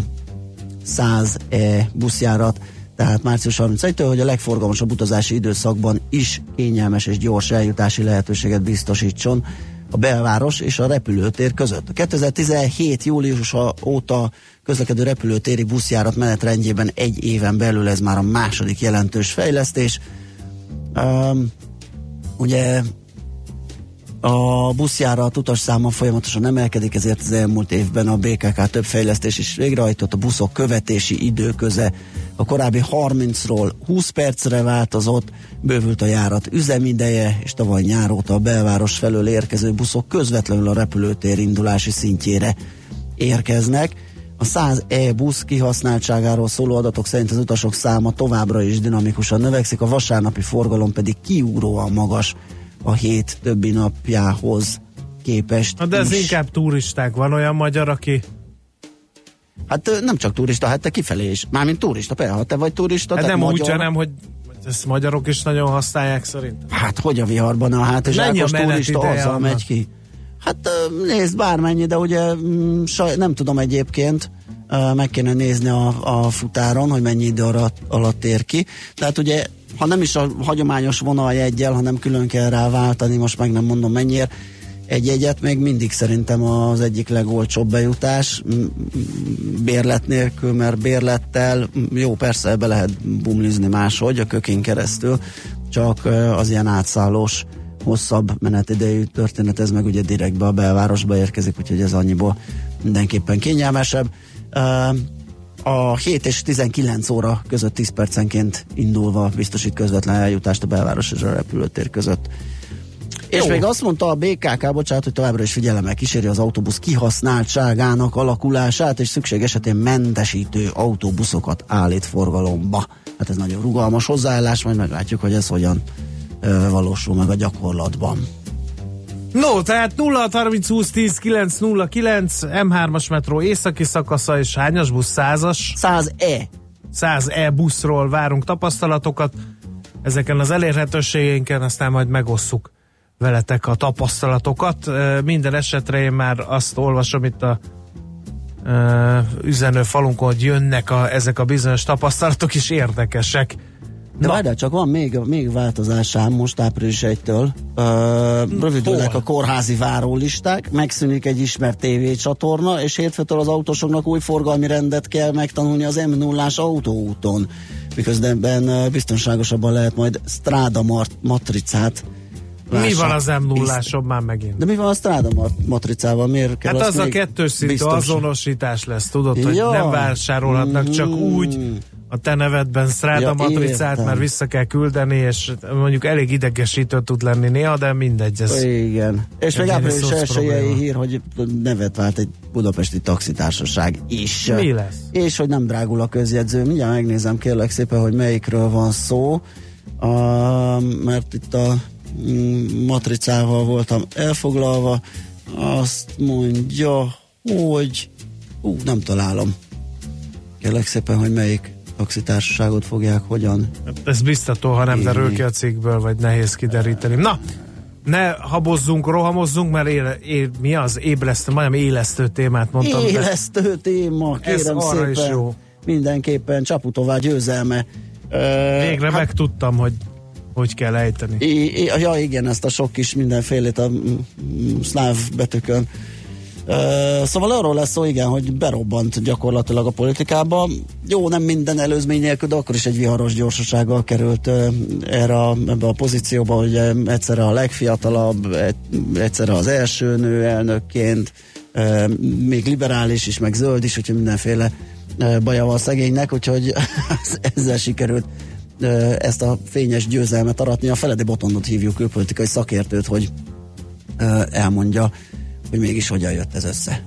100E buszjárat, tehát március 31-től, hogy a legforgalmasabb utazási időszakban is kényelmes és gyors eljutási lehetőséget biztosítson a belváros és a repülőtér között. A 2017. július óta közlekedő repülőtéri buszjárat menetrendjében egy éven belül ez már a második jelentős fejlesztés. Ugye A buszjárat utasszáma folyamatosan emelkedik, ezért az elmúlt évben a BKK több fejlesztés is végrehajtott. A buszok követési időköze a korábbi 30-ról 20 percre változott, bővült a járat üzemideje, és tavaly nyár óta a belváros felől érkező buszok közvetlenül a repülőtér indulási szintjére érkeznek. A 100E busz kihasználtságáról szóló adatok szerint az utasok száma továbbra is dinamikusan növekszik, a vasárnapi forgalom pedig kiugróan magas a hét többi napjához képest. De ez inkább turisták, van olyan magyar, aki... Hát nem csak turista, hát te kifelé is. Mármint turista, például, ha te vagy turista, hát nem magyar... úgy, hanem, hogy ezt magyarok is nagyon használják szerintem. Hát hogy a viharban a hát, és Ákos turista azzal megy ki. Hát nézd, bármennyi, de ugye nem tudom egyébként, meg kéne nézni a futáron, hogy mennyi idő alatt ér ki. Tehát ugye, ha nem is a hagyományos vonaljeggyel, hanem külön kell rá váltani, most meg nem mondom mennyiért, egy jegyet még mindig szerintem az egyik legolcsóbb bejutás, bérlet nélkül, mert bérlettel, jó, persze be lehet bumlizni máshogy, a kökén keresztül, csak az ilyen átszállós, hosszabb menetidejű történet, ez meg ugye direktbe a belvárosba érkezik, úgyhogy ez annyiból mindenképpen kényelmesebb. A 7 és 19 óra között 10 percenként indulva biztosít közvetlen eljutást a belváros és a repülőtér között. És még azt mondta a BKK, bocsánat, hogy továbbra is figyelemmel kíséri az autóbusz kihasználtságának alakulását, és szükség esetén mentesítő autóbuszokat állít forgalomba. Hát ez nagyon rugalmas hozzáállás, majd meglátjuk, hogy ez hogyan valósul meg a gyakorlatban. No, tehát 0630 20 10 909 M3-as metró északi szakasza, és hányas busz? 100-as? 100E. 100E buszról várunk tapasztalatokat ezeken az elérhetőségeinken, aztán majd megosszuk veletek a tapasztalatokat. Minden esetre én már azt olvasom itt a üzenőfalunkon, hogy jönnek ezek a bizonyos tapasztalatok is érdekesek. De várjál, csak van még változásám most április 1-től. Rövidülnek a kórházi várólisták, megszűnik egy ismert tévécsatorna, és hétfőtől az autósoknak új forgalmi rendet kell megtanulni az M0-ás autóúton. Miközben biztonságosabban lehet majd Strada matricát Mi van az M0-áson már megint? De mi van a Strada matricával? Miért kell hát az a kettős szintű azonosítás lesz, tudod, hogy nem vásárolhatnak csak úgy a te nevedben Strada matricát, mert vissza kell küldeni, és mondjuk elég idegesítő tud lenni néha, de mindegy. Ez igen. És még április 1-i hír, hogy nevet vált egy budapesti taxitársaság is. Mi lesz? És hogy nem drágul a közjegyző. Mindjárt megnézem kérlek szépen, hogy melyikről van szó, mert itt a matricával voltam elfoglalva. Azt mondja, hogy nem találom. Kérlek szépen, hogy melyik taxitársaságot fogják hogyan. Ez biztató, ha nem derül ki a cikkből, vagy nehéz kideríteni. Na, ne habozzunk, rohamozzunk, mert mi az ébresztő, majdnem élesztő témát mondtam. Élesztő téma, kérem szépen. Is jó. Mindenképpen Csaputová győzelme. Végre megtudtam, hogy kell ejteni. Ja igen, ezt a sok kis mindenfélét a szláv betűkön. Szóval arról lesz szó, igen, hogy berobbant gyakorlatilag a politikába. Jó, nem minden előzmény nélkül, de akkor is egy viharos gyorsasággal került ebbe a pozícióba, hogy egyszerre a legfiatalabb, egyszerre az első nő elnökként, még liberális is, meg zöld is, úgyhogy mindenféle baja van szegénynek, úgyhogy ezzel sikerült ezt a fényes győzelmet aratni. A Feledi Botondot hívjuk, külpolitikai szakértőt, hogy elmondja, hogy mégis hogyan jött ez össze.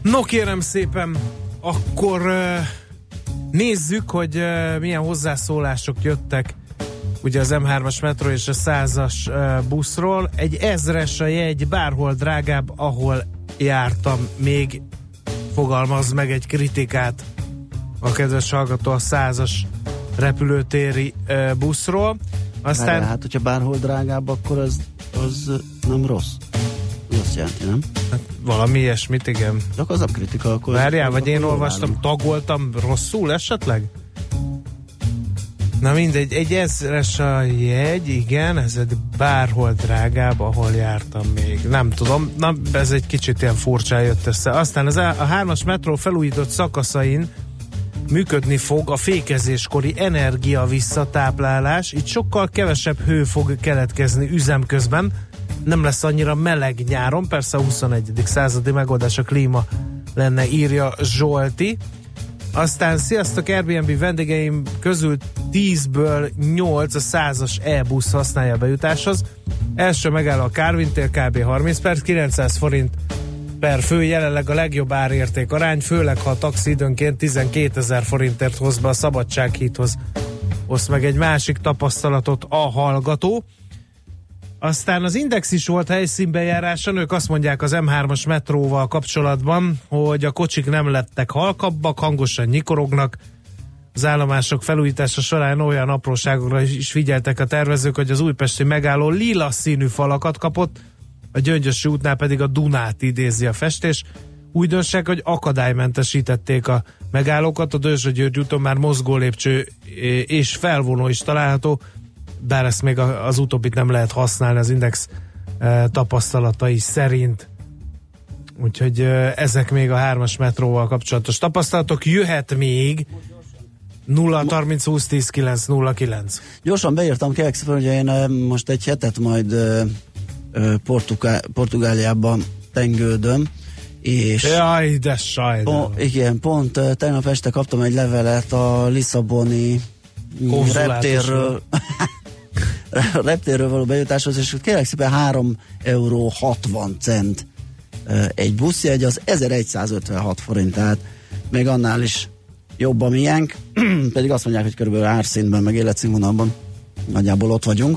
No kérem szépen, akkor nézzük, hogy milyen hozzászólások jöttek ugye az M3-as metró és a 100-as buszról. Egy 1000-es a jegy, bárhol drágább, ahol jártam. Még fogalmaz meg egy kritikát a kedves hallgató a 100-as repülőtéri buszról. Aztán... Hát, hogyha bárhol drágább, akkor az nem rossz. Azt jelenti, nem? Hát valami ilyesmit, igen. Csak az a kritika, akkor... Várjál, vagy én olvastam, tagoltam rosszul esetleg? Na mindegy, egy 1000-es a jegy, igen, ez egy bárhol drágább, ahol jártam még. Nem tudom, na ez egy kicsit ilyen furcsán jött össze. Aztán a 3-as metró felújított szakaszain működni fog a fékezéskori energia visszatáplálás. Itt sokkal kevesebb hő fog keletkezni üzem közben. Nem lesz annyira meleg nyáron, persze a 21. századi megoldás a klíma lenne, írja Zsolti. Aztán sziasztok, Airbnb vendégeim közül 10-ből 8 a 100-as e-busz használja a bejutáshoz. Első megálló a Kárvin tér, kb. 30 perc, 900 forint per fő, jelenleg a legjobb árérték arány, főleg ha a taxi időnként 12 000 forintért hoz be a Szabadsághídhoz. Oszt meg egy másik tapasztalatot a hallgató. Aztán az Index is volt helyszínbejáráson, ők azt mondják az M3-as metróval kapcsolatban, hogy a kocsik nem lettek halkabbak, hangosan nyikorognak. Az állomások felújítása során olyan apróságokra is figyeltek a tervezők, hogy az újpesti megálló lila színű falakat kapott, a Gyöngyösi útnál pedig a Dunát idézi a festés. Újdonság, hogy akadálymentesítették a megállókat, a Dörzsa-György úton már mozgólépcső és felvonó is található, bár ezt még az utóbbit nem lehet használni az Index tapasztalatai szerint. Úgyhogy ezek még a 3-as metróval kapcsolatos tapasztalatok. Jöhet még 0-30-20-10-9-09. Gyorsan beírtam, kérlek szépen, hogy én most egy hetet majd Portugáliában tengődöm, és jaj, de sajnálom. Igen, pont tegnap este kaptam egy levelet a Lisszaboni reptérről való bejutáshoz, és kérlek szépen 3,60 euró egy buszjegy, az 1156 forint, tehát még annál is jobb a miénk, pedig azt mondják, hogy körülbelül árszintben, meg életszínvonalban nagyjából ott vagyunk.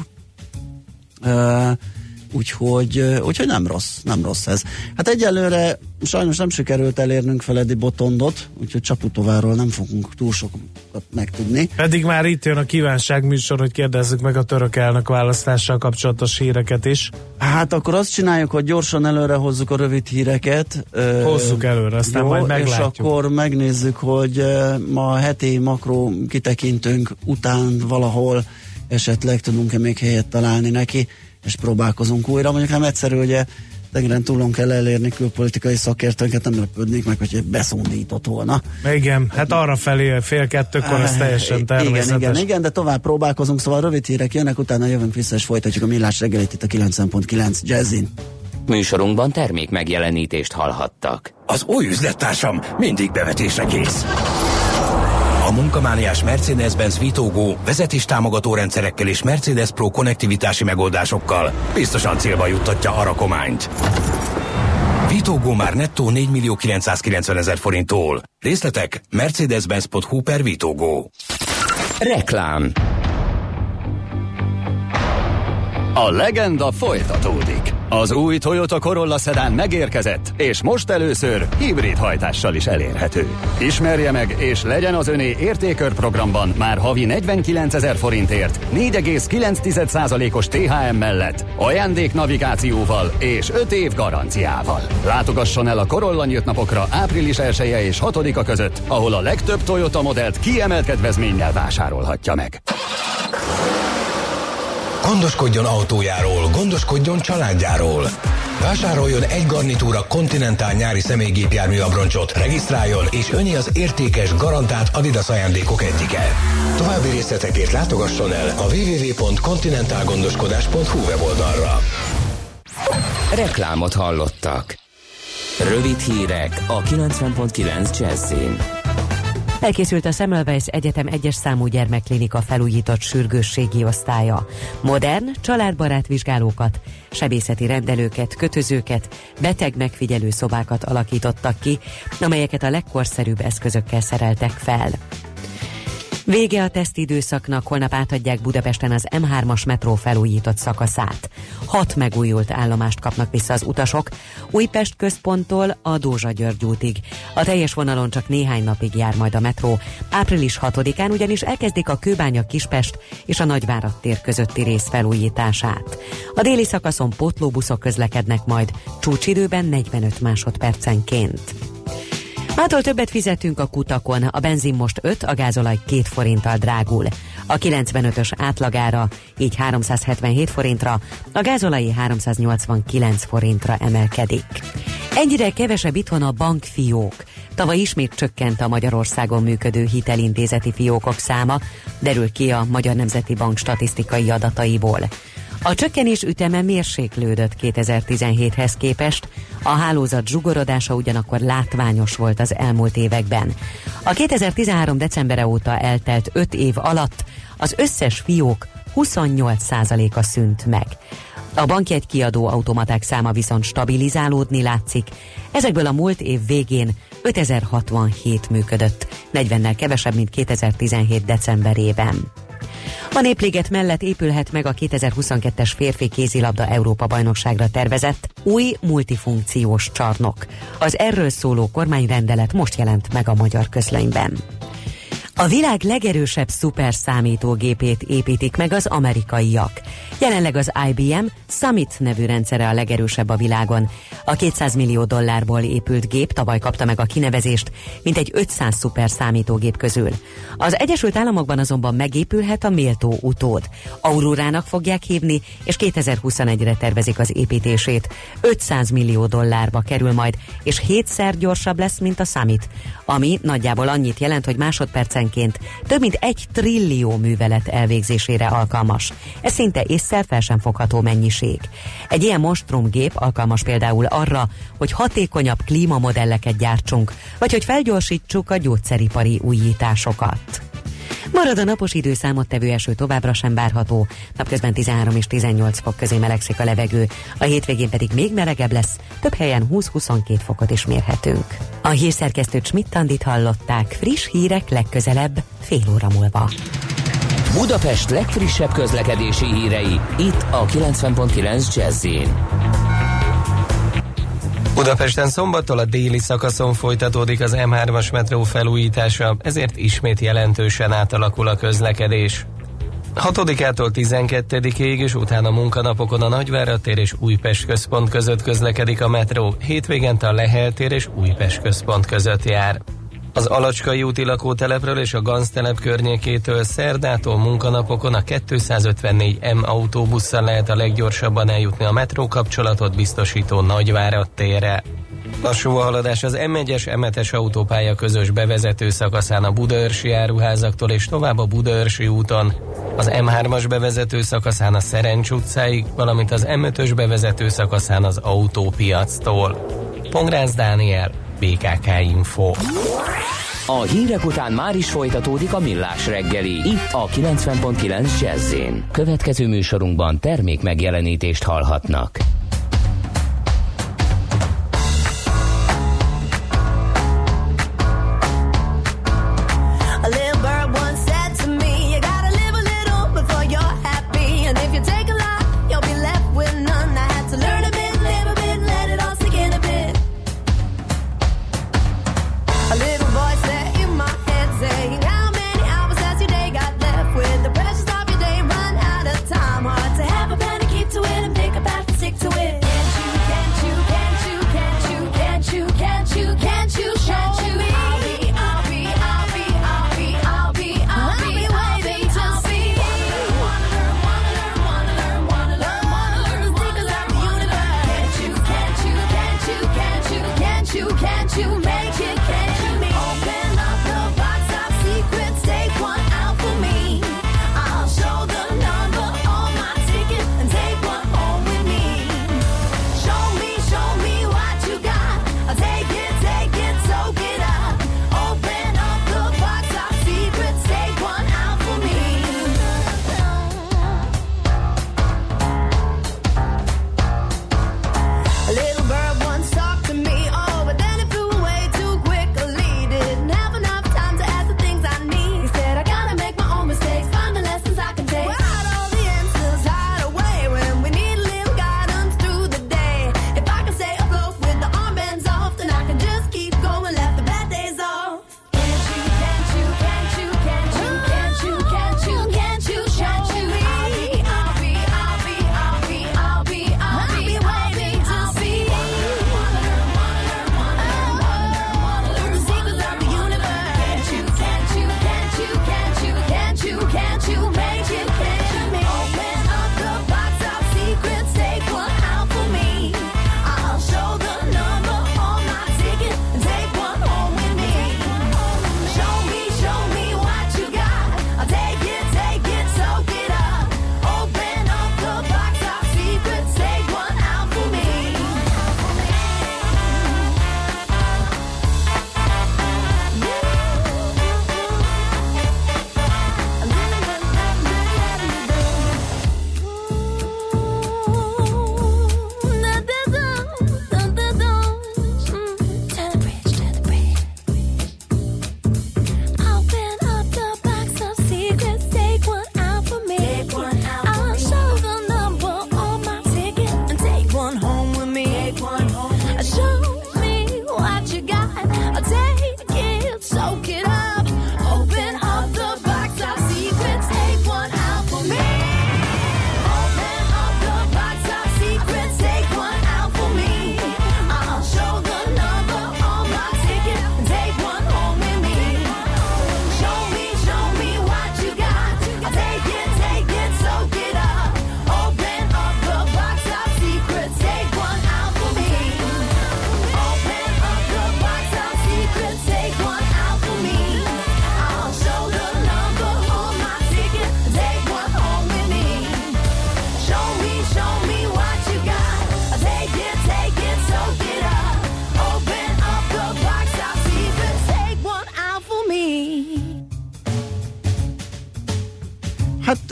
Úgyhogy nem rossz ez. Hát egyelőre sajnos nem sikerült elérnünk Feledi Botondot, úgyhogy Csaputováról nem fogunk túl sokat megtudni. Pedig már itt jön a kívánságműsor, hogy kérdezzük meg a török elnök választással kapcsolatos híreket is. Hát akkor azt csináljuk, hogy gyorsan előre hozzuk a rövid híreket. Hozzuk előre, aztán jó, majd meglátjuk. És akkor megnézzük, hogy ma heti makró kitekintőnk után valahol esetleg tudunk-e még helyet találni neki, és próbálkozunk újra. Mondjuk nem egyszerű, ugye tengeren túlon kell elérni külpolitikai szakértőnket, nem lepődnék meg, hogy beszundított volna. Igen, hát arra felé 1:30 ez teljesen természetes. Igen, de tovább próbálkozunk, szóval rövid hírek jönnek, utána jövünk vissza, és folytatjuk a Millás reggelit itt a 90.9 Jazzin. Műsorunkban termék megjelenítést hallhattak. Az új üzlettársam mindig bevetésre kész. A munkamániás Mercedes-Benz Vitógo vezetéstámogató rendszerekkel és Mercedes Pro konnektivitási megoldásokkal biztosan célba juttatja a rakományt. Vitógo már nettó 4.990.000 forinttól. Részletek mercedes-benz.hu/Vitógo. Reklám. A legenda folytatódik. Az új Toyota Corolla Sedan megérkezett, és most először hibrid hajtással is elérhető. Ismerje meg, és legyen az öné értékörprogramban már havi 49.000 forintért, 4,9%-os THM mellett, ajándéknavigációval és 5 év garanciával. Látogasson el a Corolla nyílt napokra április 1-e és 6-a között, ahol a legtöbb Toyota modellt kiemelt kedvezménnyel vásárolhatja meg. Gondoskodjon autójáról, gondoskodjon családjáról. Vásároljon egy garnitúra Continental nyári személygépjármű abroncsot, regisztráljon, és öné az értékes, garantált Adidas ajándékok egyike. További részletekért látogasson el a www.continentalgondoskodás.hu weboldalra. Reklámot hallottak. Rövid hírek a 90.9 Jazzin. Elkészült a Semmelweis Egyetem 1-es számú gyermekklinika felújított sürgősségi osztálya. Modern, családbarát vizsgálókat, sebészeti rendelőket, kötözőket, beteg megfigyelő szobákat alakítottak ki, amelyeket a legkorszerűbb eszközökkel szereltek fel. Vége a tesztidőszaknak, holnap átadják Budapesten az M3-as metró felújított szakaszát. 6 megújult állomást kapnak vissza az utasok, Újpest központtól a Dózsa-György útig. A teljes vonalon csak néhány napig jár majd a metró. Április 6-án ugyanis elkezdik a Kőbánya-Kispest és a Nagyvárad tér közötti rész felújítását. A déli szakaszon pótlóbuszok közlekednek majd, csúcsidőben 45 másodpercenként. Mától többet fizetünk a kutakon, a benzin most 5, a gázolaj 2 forinttal drágul. A 95-ös átlagára, így 377 forintra, a gázolai 389 forintra emelkedik. Ennyire kevesebb itthon a bankfiók. Tavaly ismét csökkent a Magyarországon működő hitelintézeti fiókok száma, derül ki a Magyar Nemzeti Bank statisztikai adataiból. A csökkenés üteme mérséklődött 2017-hez képest, a hálózat zsugorodása ugyanakkor látványos volt az elmúlt években. A 2013. decembere óta eltelt 5 év alatt az összes fiók 28%-a szűnt meg. A bankjegykiadó automaták száma viszont stabilizálódni látszik, ezekből a múlt év végén 5067 működött, 40-nel kevesebb, mint 2017. decemberében. A Népliget mellett épülhet meg a 2022-es férfi kézilabda Európa-bajnokságra tervezett új multifunkciós csarnok. Az erről szóló kormányrendelet most jelent meg a Magyar Közlönyben. A világ legerősebb szuperszámítógépét építik meg az amerikaiak. Jelenleg az IBM Summit nevű rendszere a legerősebb a világon. A $200 millió épült gép tavaly kapta meg a kinevezést, mintegy 500 szuperszámítógép közül. Az Egyesült Államokban azonban megépülhet a méltó utód. Aurórának fogják hívni, és 2021-re tervezik az építését. $500 millió kerül majd, és 7-szer gyorsabb lesz, mint a Summit, ami nagyjából annyit jelent, hogy másodpercenként több mint 1 trillió művelet elvégzésére alkalmas. Ez szinte ésszel fel sem fogható mennyiség. Egy ilyen monstrumgép alkalmas például arra, hogy hatékonyabb klímamodelleket gyártsunk, vagy hogy felgyorsítsuk a gyógyszeripari újításokat. Marad a napos idő, számottevő eső továbbra sem várható, napközben 13 és 18 fok közé melegszik a levegő, a hétvégén pedig még melegebb lesz, több helyen 20-22 fokot is mérhetünk. A hírszerkesztőt Schmidt-Andit hallották, friss hírek legközelebb fél óra múlva. Budapest legfrissebb közlekedési hírei, itt a 90.9 Jazz-in. Budapesten szombattól a déli szakaszon folytatódik az M3-as metró felújítása, ezért ismét jelentősen átalakul a közlekedés. 6-ától 12-ig és utána munkanapokon a Nagyvárad tér és Újpest központ között közlekedik a metró, hétvégente a Lehel tér és Újpest központ között jár. Az Alacskai úti lakótelepről és a Ganctelep környékétől szerdától munkanapokon a 254M autóbusszal lehet a leggyorsabban eljutni a metró kapcsolatot biztosító Nagyvárad térre. Lassú a haladás az M1-es M7-es autópálya közös bevezető szakaszán a budaörsi áruházaktól és tovább a Budaörsi úton, az M3-as bevezető szakaszán a Szerencs utcáig, valamint az M5-ös bevezető szakaszán az autópiactól. Pongrácz Dániel, BKK Info. A hírek után már is folytatódik a Millás reggeli, itt a 90.9 Jazz-in. Következő műsorunkban termék megjelenítést hallhatnak. To it and pick a path to stick to it.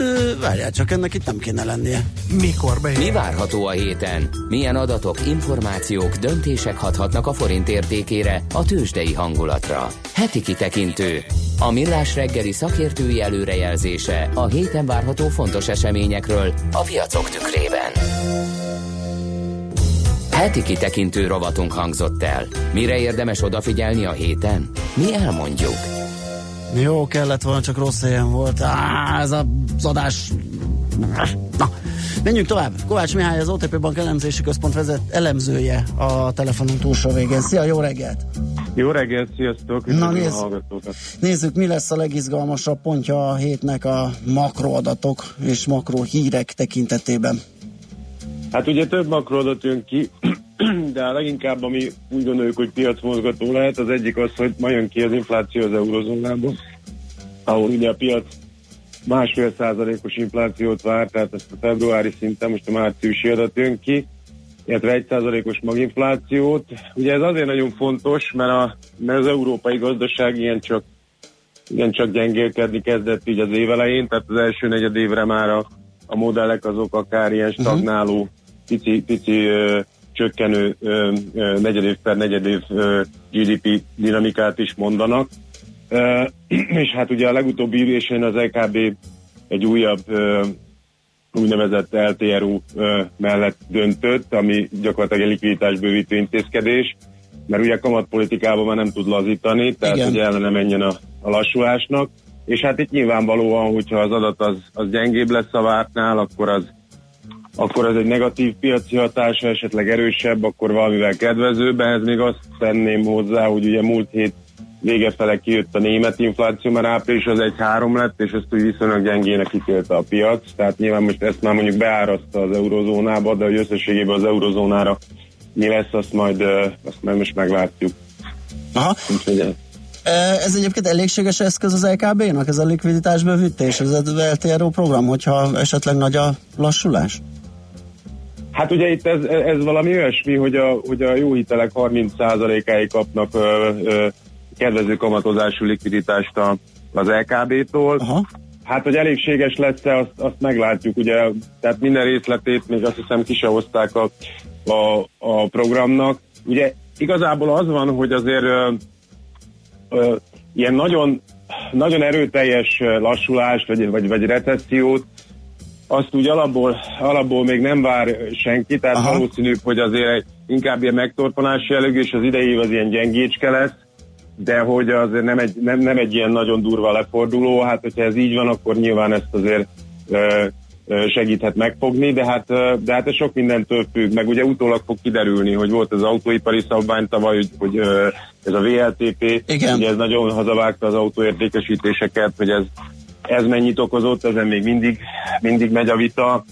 várjál csak, ennek itt nem kéne lennie. Mikor be? Mi várható a héten? Milyen adatok, információk, döntések hathatnak a forint értékére, a tőzsdei hangulatra? Heti kitekintő. A Millás reggeli szakértői előrejelzése a héten várható fontos eseményekről a piacok tükrében. Heti kitekintő rovatunk hangzott el. Mire érdemes odafigyelni a héten? Mi elmondjuk. Jó, kellett volna, csak rossz helyen volt. Ez az adás... Na, menjünk tovább. Kovács Mihály, az OTP Bank elemzési központ elemzője a telefonunk túlsó végén. Szia, jó reggelt! Jó reggelt, sziasztok! Na nézzük, mi lesz a legizgalmasabb pontja a hétnek a makroadatok és makrohírek tekintetében. Hát ugye több makroadat jön ki, de leginkább ami úgy gondoljuk, hogy piacmozgató lehet, az egyik az, hogy ma jön ki az infláció az eurozónában, ahol ugye a piac 1,5%-os inflációt vár, tehát ezt a februári szinten, most a márciusi adat jön ki, illetve 1%-os maginflációt. Ugye ez azért nagyon fontos, mert az európai gazdaság igencsak gyengélkedni kezdett így az évelején, tehát az első negyedévre már a modellek azok akár ilyen stagnáló, pici csökkenő negyedév per negyedév GDP dinamikát is mondanak. És hát ugye a legutóbbi ülésén az EKB egy újabb úgynevezett LTRO mellett döntött, ami gyakorlatilag egy likviditásbővítő intézkedés, mert ugye kamatpolitikában már nem tud lazítani, tehát hogy ellene menjen a lassulásnak, és hát itt nyilvánvalóan, hogyha az adat az gyengébb lesz a vártnál, akkor az egy negatív piaci hatása, esetleg erősebb, akkor valamivel kedvezőbb. Ehhez még azt tenném hozzá, hogy ugye múlt hét vége fele kijött a német infláció, mert április az 1,3 lett, és ezt úgy viszonylag gyengének ítélte a piac, tehát nyilván most ezt már mondjuk beáraszta az eurozónába, de hogy összességében az eurozónára mi lesz, azt majd most meglátjuk. Aha. Ez egyébként elégséges eszköz az LKB-nak, ez a likviditásbővítés, ez az LTRO program, hogyha esetleg nagy a lassulás? Hát ugye itt ez valami olyasmi, hogy a jó hitelek 30%-áig kapnak kedvező kamatozású likviditást az LKB-tól. Aha. Hát, hogy elégséges lesz-e, azt meglátjuk, ugye, tehát minden részletét még azt hiszem ki se hozták a programnak. Ugye igazából az van, hogy azért ilyen nagyon, nagyon erőteljes lassulást, vagy recessziót, azt úgy alapból még nem vár senki, tehát valószínűbb, hogy azért inkább ilyen megtorpanási jellegű, és az idei év az ilyen gyengécske lesz, de hogy azért nem egy ilyen nagyon durva leforduló, hát hogyha ez így van, akkor nyilván ezt azért segíthet megfogni, de hát ez sok mindentől függ, meg ugye utólag fog kiderülni, hogy volt az autóipari szabvány tavaly, hogy ez a VLTP, ugye ez nagyon hazavágta az autóértékesítéseket, hogy ez mennyit okozott, ezen még mindig megy a vita.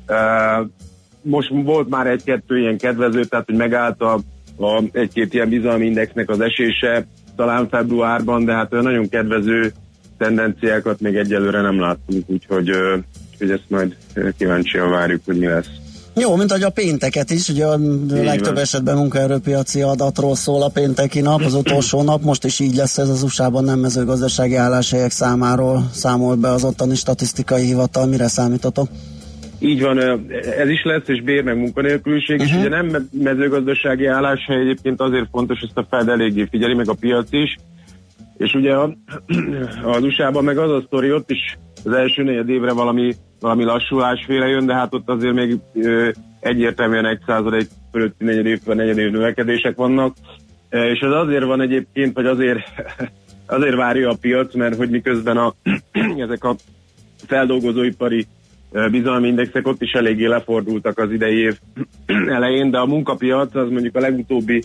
Most volt már egy-kettő ilyen kedvező, tehát hogy megállt egy-két ilyen bizalmi indexnek az esése, talán februárban, de hát nagyon kedvező tendenciákat még egyelőre nem láttunk, úgyhogy ezt majd kíváncsian várjuk, hogy mi lesz. Jó, mint ahogy a pénteket is, ugye a legtöbb esetben munkaerőpiaci adatról szól a pénteki nap, az utolsó nap, most is így lesz ez az USA-ban, nem mezőgazdasági álláshelyek számáról számol be az ottani statisztikai hivatal, mire számítotok? Így van, ez is lesz, és bér meg munkanélküliség, és ugye nem mezőgazdasági álláshely egyébként azért fontos, ezt a Fed eléggé figyeli, meg a piac is, és ugye az USA-ban meg az a sztori, ott is az első negyed évre valami lassulásféle jön, de hát ott azért még egyértelműen 1% fölötti negyedév növekedések vannak, és ez azért van egyébként, vagy azért várja a piac, mert hogy miközben ezek a feldolgozóipari bizalmi indexek ott is eléggé lefordultak az idei év elején, de a munkapiac az mondjuk a legutóbbi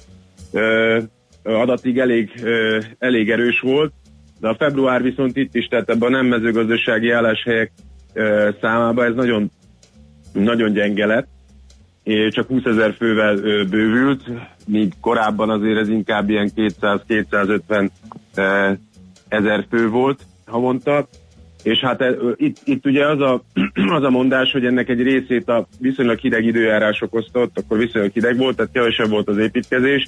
adatig elég erős volt, de a február viszont itt is, tehát ebben a nem mezőgazdasági álláshelyek számában ez nagyon, nagyon gyenge lett, és csak 20 000 fővel bővült, míg korábban azért ez inkább ilyen 200-250 000 fő volt havonta, és hát itt ugye az a mondás, hogy ennek egy részét a viszonylag hideg időjárás okozta, akkor viszonylag hideg volt, tehát kevesebb volt az építkezés.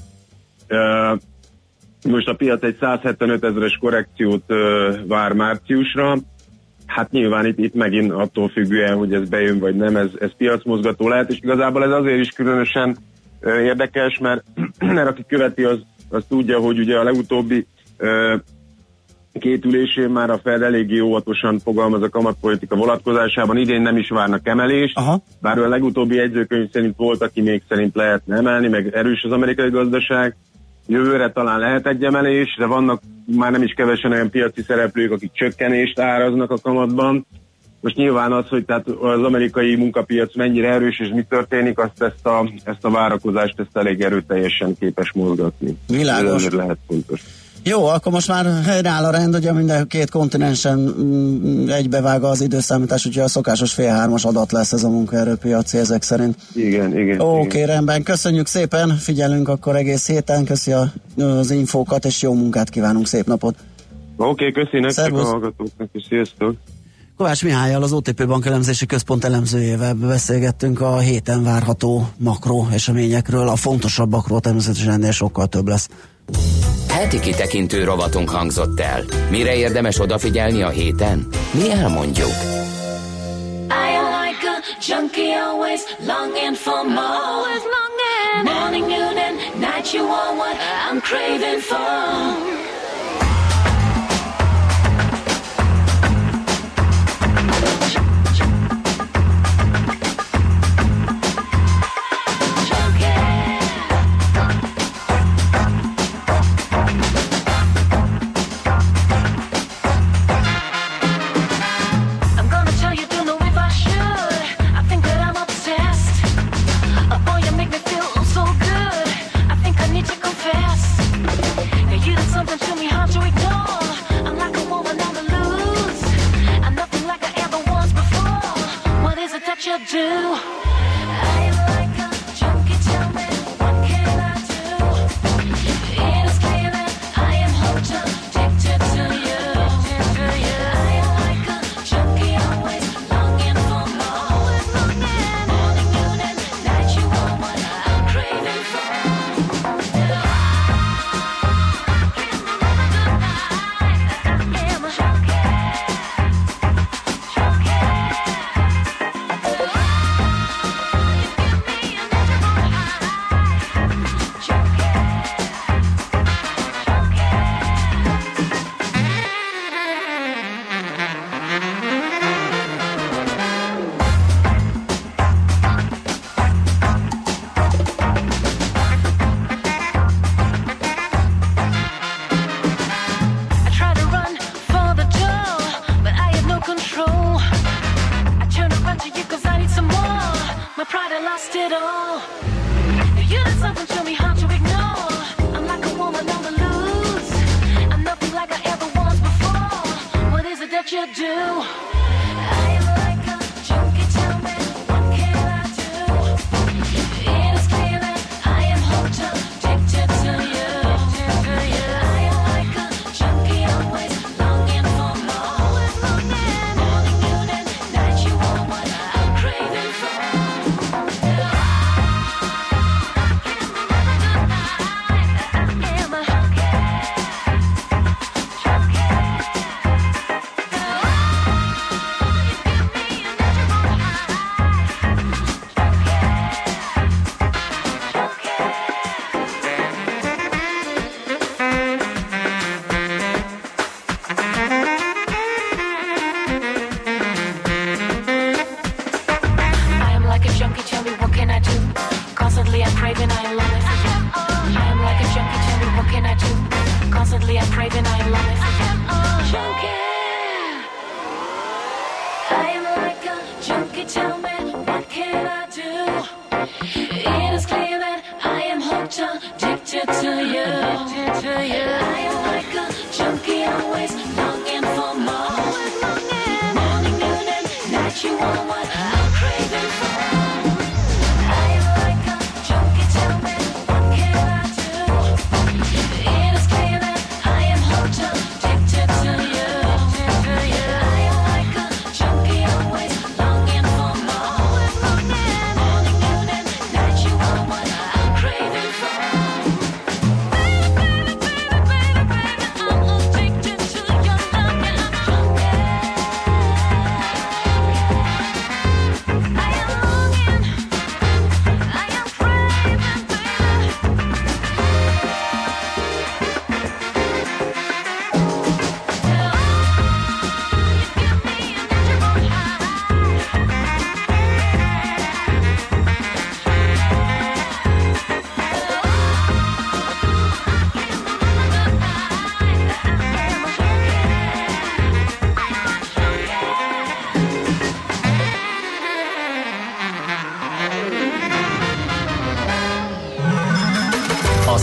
Most a piac egy 175 000-es korrekciót vár márciusra. Hát nyilván itt megint attól függően, hogy ez bejön vagy nem, ez piacmozgató lehet, és igazából ez azért is különösen érdekes, mert aki követi, az tudja, hogy ugye a legutóbbi két ülésén már a Fed eléggé óvatosan fogalmaz a kamatpolitika vonatkozásában, idén nem is várnak emelést, bár a legutóbbi jegyzőkönyv szerint volt, aki még szerint lehetne emelni, meg erős az amerikai gazdaság, jövőre talán lehet egy emelés, de vannak már nem is kevesen olyan piaci szereplők, akik csökkenést áraznak a kamatban. Most nyilván az, hogy tehát az amerikai munkapiac mennyire erős és mi történik, ezt a várakozást elég erőteljesen képes mozgatni. Világos. Ez lehet fontos. Jó, akkor most már helyreáll a rend, ugye minden két kontinensen egybevág az időszámítás, úgyhogy a szokásos 2:30 adat lesz ez a munkaerőpiaci ezek szerint. Igen. Oké, rendben, köszönjük szépen, figyelünk akkor egész héten, köszi az infókat, és jó munkát kívánunk, szép napot! Oké, köszi nektek a hallgatóknak, és sziasztok! Kovács Mihállyal, az OTP Bank elemzési központ elemzőjével beszélgettünk a héten várható makro eseményekről, a fontosabbakról természetesen ennél sokkal több lesz. Heti kitekintő rovatunk hangzott el. Mire érdemes odafigyelni a héten? Mi elmondjuk. I am like a junkie, always longing for more. Morning, noon and night, you are what I'm craving for.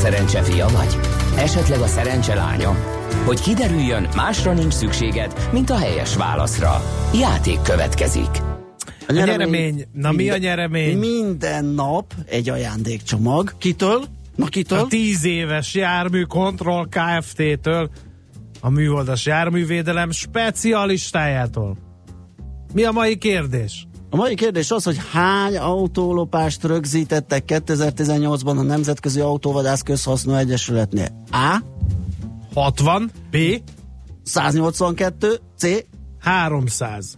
szerencse fia vagy? Esetleg a szerencse lánya? Hogy kiderüljön, másra nincs szükséged, mint a helyes válaszra. Játék következik. A nyeremény. Na mi a nyeremény? Minden nap egy ajándékcsomag. Kitől? Na kitől? A 10 éves járműkontroll Kft-től, a műholdas járművédelem specialistájától. Mi a mai kérdés? A mai kérdés az, hogy hány autólopást rögzítettek 2018-ban a Nemzetközi Autóvadász Közhasznú Egyesületnél? A. 60. B. 182. C. 300.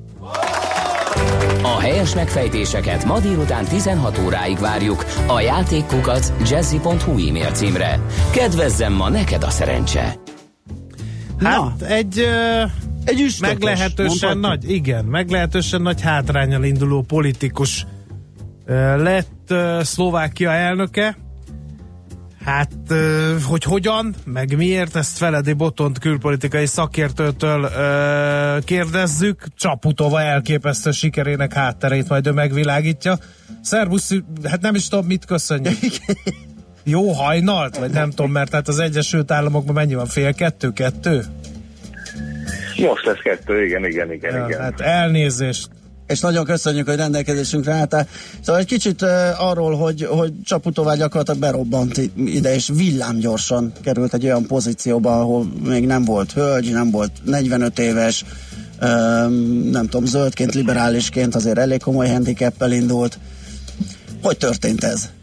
A helyes megfejtéseket ma délután 16 óráig várjuk a játékkukac jazzy.hu e-mail címre. Kedvezzem ma neked a szerencse! Hát egy meglehetősen nagy, igen, meglehetősen nagy hátránnyal induló politikus lett Szlovákia elnöke. Hát, hogy hogyan, meg miért, ezt Feledi Botont külpolitikai szakértőtől kérdezzük. Csaputova elképesztő sikerének hátterét majd ő megvilágítja. Szerbusz, hát nem is tudom, mit köszönjük. Jó hajnalt? Vagy nem tudom, mert hát az Egyesült Államokban mennyi van? Fél kettő? Most lesz 2, igen. Hát elnézést. És nagyon köszönjük, hogy rendelkezésünkre álltál. Szóval egy kicsit arról, hogy Csaputová gyakorlatilag berobbant ide, és villámgyorsan került egy olyan pozícióba, ahol még nem volt hölgy, nem volt 45 éves, nem tudom, zöldként, liberálisként azért elég komoly handicappel indult. Hogy történt ez?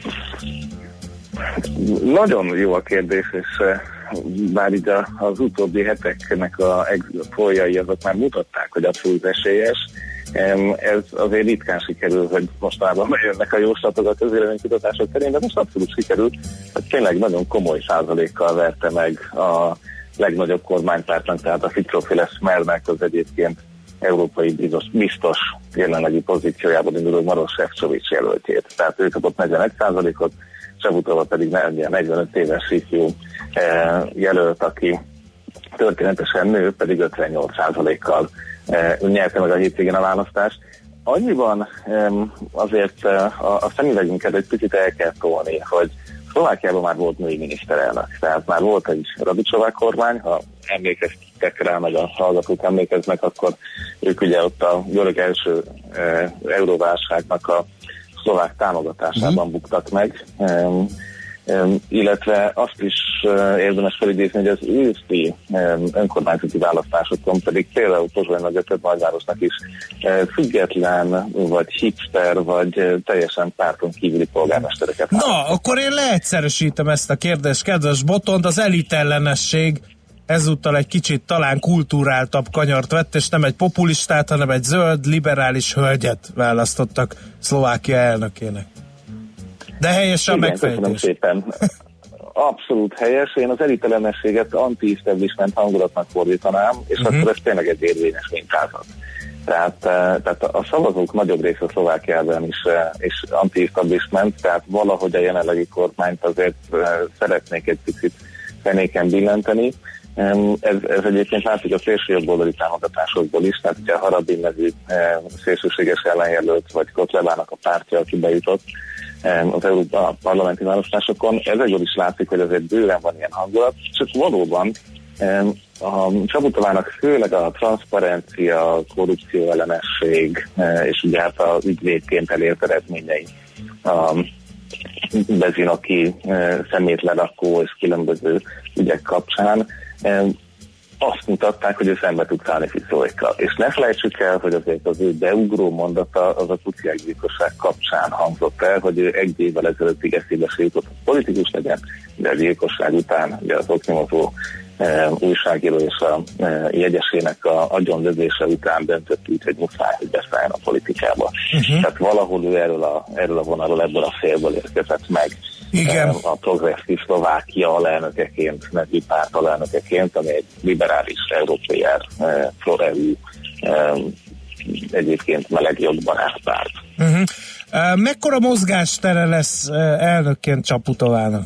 Nagyon jó a kérdés, és bár így az utóbbi heteknek a poljai azok már mutatták, hogy abszolút esélyes. Ez azért ritkán sikerül, hogy mostanában bejönnek a jóslatok a közvéleménykutatások szerint, de most abszolút sikerült, hogy tényleg nagyon komoly százalékkal verte meg a legnagyobb kormánypártnak, tehát a Fitro-féle Smernek az egyébként európai biztos jelenlegi pozíciójában induló Maroš Šefčovič jelöltjét. Tehát ő kapott 41%-ot, Čaputova pedig 45 éves ifjú jelölt, aki történetesen nő, pedig 58%-kal nyerte meg a hétvégén a választást. Annyiban azért a szemüvegünket egy picit el kell tolni, hogy Szlovákiában már volt női miniszterelnök, tehát már volt egy Radičová kormány, ha emlékeztek rá, meg a hallgatók emlékeznek, akkor ők ugye ott a görög első euróválságnak a szlovák támogatásában buktak meg, illetve azt is érdemes felidézni, hogy az őszi önkormányzati választásokon pedig például Pozsonynak, vagy több nagyvárosnak is független, vagy hipster, vagy teljesen párton kívüli polgármestereket. Na, akkor én leegyszerűsítem ezt a kérdést, kedves Botond, az elitellenesség ezúttal egy kicsit talán kulturáltabb kanyart vett, és nem egy populistát, hanem egy zöld, liberális hölgyet választottak Szlovákia elnökének. De helyes a megfejtés. Köszönöm szépen. Abszolút helyes. Én az elitellenességet anti-establishment hangulatnak fordítanám, és akkor ez tényleg egy érvényes mintázat. Tehát a szavazók nagyobb része Szlovákiában is anti-establishment, tehát valahogy a jelenlegi kormányt azért szeretnék egy picit fenéken billenteni. Ez egyébként látszik a szélsőjobboldali támogatásokból is, tehát ugye a Harabin nevű szélsőséges ellenjelölt, vagy Kotlevának a pártja, aki bejutott az Európa parlamenti választásokon, ezekből is látszik, hogy azért bőven van ilyen hangulat, csak valóban a Csaputovának főleg a transzparencia, korrupció ellenesség, és ugye hát az ügyvédként elért eredményei, a bezinoki szemétlerakó és különböző ügyek kapcsán azt mutatták, hogy ő szembe tud szállni Ficóékkal. És ne felejtsük el, hogy azért az ő beugró mondata az a kuciákgyilkosság kapcsán hangzott el, hogy ő egy évvel ezelőttig eszébe se jutott, hogy politikus legyen, de a gyilkosság után ugye az oknyomozó újságíró és a jegyesének a agyonlövése után döntött úgy, hogy muszáj, hogy beszálljon a politikába. Tehát valahol ő erről a vonalról, ebből a félből érkezett meg. Igen. A Progresszív Szlovákia alelnökeként, nevű párt alelnökeként, ami egy liberális európai pro-EU egyébként meleg jogbarát párt. Mekkora mozgástere lesz elnökként Csaputovának?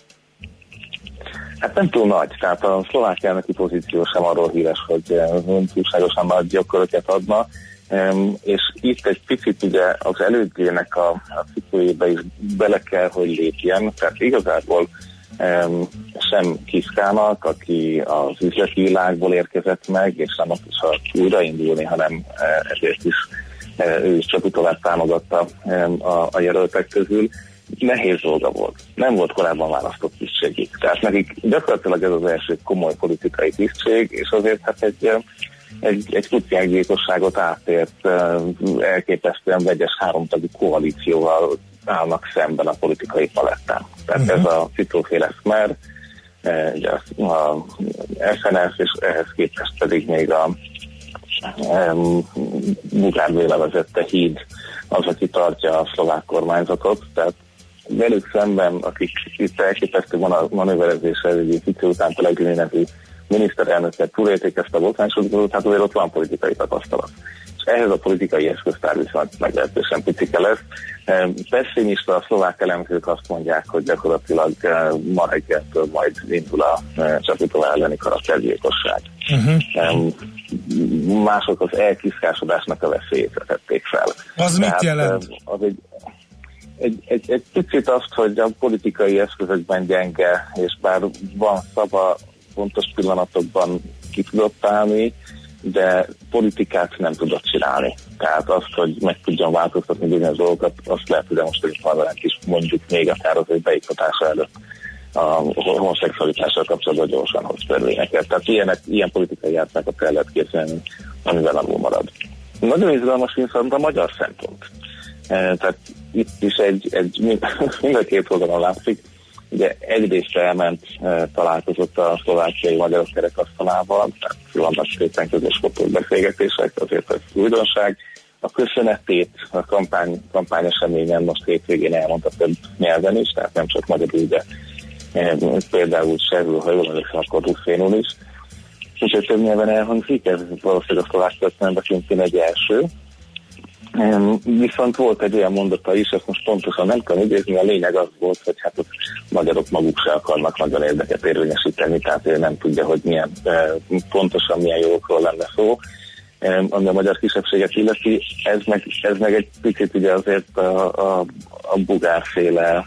Hát nem túl nagy, tehát a szlovák elnöki pozíció sem arról híres, hogy túlságosan nagy gyakorlatokat adna. És itt egy picit ugye az elődjének a cipőjébe is bele kell, hogy lépjen, tehát igazából sem Kiszkának, aki az üzleti világból érkezett meg, és nem akar újraindulni, hanem ezért is ő is csak tovább támogatta a jelöltek közül. Nehéz dolga volt. Nem volt korábban választott tisztségig. Tehát nekik gyakorlatilag ez az első komoly politikai tisztség, és azért hát egy kutyákgyilkosságot átért elképesztően vegyes háromtagú koalícióval állnak szemben a politikai palettán. Tehát ez a Cicóféle Smer, a SNS, és ehhez képest pedig még a Bugár Béla vezette Híd az, aki tartja a szlovák kormányzatot. Tehát velük szemben, akik itt elképesztő manőverezéssel egy Cicó után Pellegrini nevű miniszterelnöket túlélték ezt a botránysorozatot, hát azért ott van politikai tapasztalat. És ehhez a politikai eszköztár viszont meglehetősen picike lesz. Pessimista a szlovák elemzők azt mondják, hogy gyakorlatilag ma reggeltől majd indul a Csaputová elleni karaktergyilkosság. Mások az elkiszkásodásnak a veszélyét tették fel. Az mit jelent? Az egy picit azt, hogy a politikai eszközökben gyenge, és bár van szava, fontos pillanatokban ki tudott állni, de politikát nem tudott csinálni. Tehát azt, hogy meg tudjon változtatni bizonyos dolgokat, azt lehet, hogy a mostani parlament is mondjuk még akár az ő beiktatása előtt a homoszexualitással kapcsolatban gyorsan hoz törvényeket. Tehát ilyen politikai játszákat el lehet képzelni, amivel alul marad. Nagyon izgalmas viszont a magyar szempont. Tehát itt is mind a két oldalon látszik. Ugye egyrészt elment, találkozott a szlovákiai magyarok kerekasztalával, tehát vannak szépen közös fotóbeszélgetések, azért ez újdonság. A köszönetét a kampányeseményen most hétvégén elmondta több nyelven is, tehát nem csak magyarul, de például serül, ha jól emlékszem, akkor ruszénul is. Úgyhogy több nyelven elhangzik, ez valószínűleg a szlovák történetben szintén egy első. Viszont volt egy olyan mondata is, ezt most pontosan nem kell idézni, a lényeg az volt, hogy hát a magyarok maguk se akarnak nagyon érdeket érvényesíteni, tehát ő nem tudja, hogy pontosan milyen jogokról lenne szó. Ami a magyar kisebbséget illeti, ez meg egy picit ugye azért a Bugárféle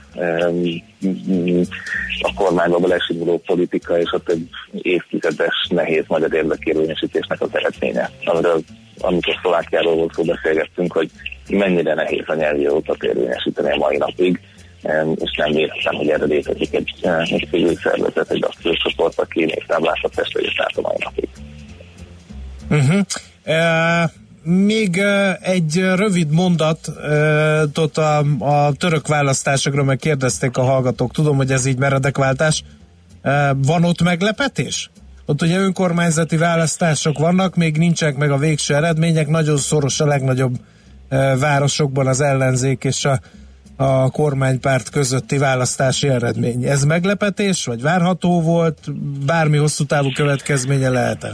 a kormányba belesimuló politika és a több évtizedes nehéz magyar érdekérvényesítésnek az eredménye. Amikor Szlovákiáról volt szó, beszélgettünk, hogy mennyire nehéz a nyelvi jogokat érvényesíteni a mai napig, és nem értem, hogy erre létezik egy civil szervezet, egy aktív csoport, aki névtáblásat festőjét át a mai napig. Még egy rövid mondatot a török választásokról, meg kérdezték a hallgatók. Tudom, hogy ez így meredekváltás. Van ott meglepetés? Ott ugye önkormányzati választások vannak, még nincsenek meg a végső eredmények, nagyon szoros a legnagyobb városokban az ellenzék és a kormánypárt közötti választási eredmény. Ez meglepetés, vagy várható volt? Bármi hosszú távú következménye lehet-e?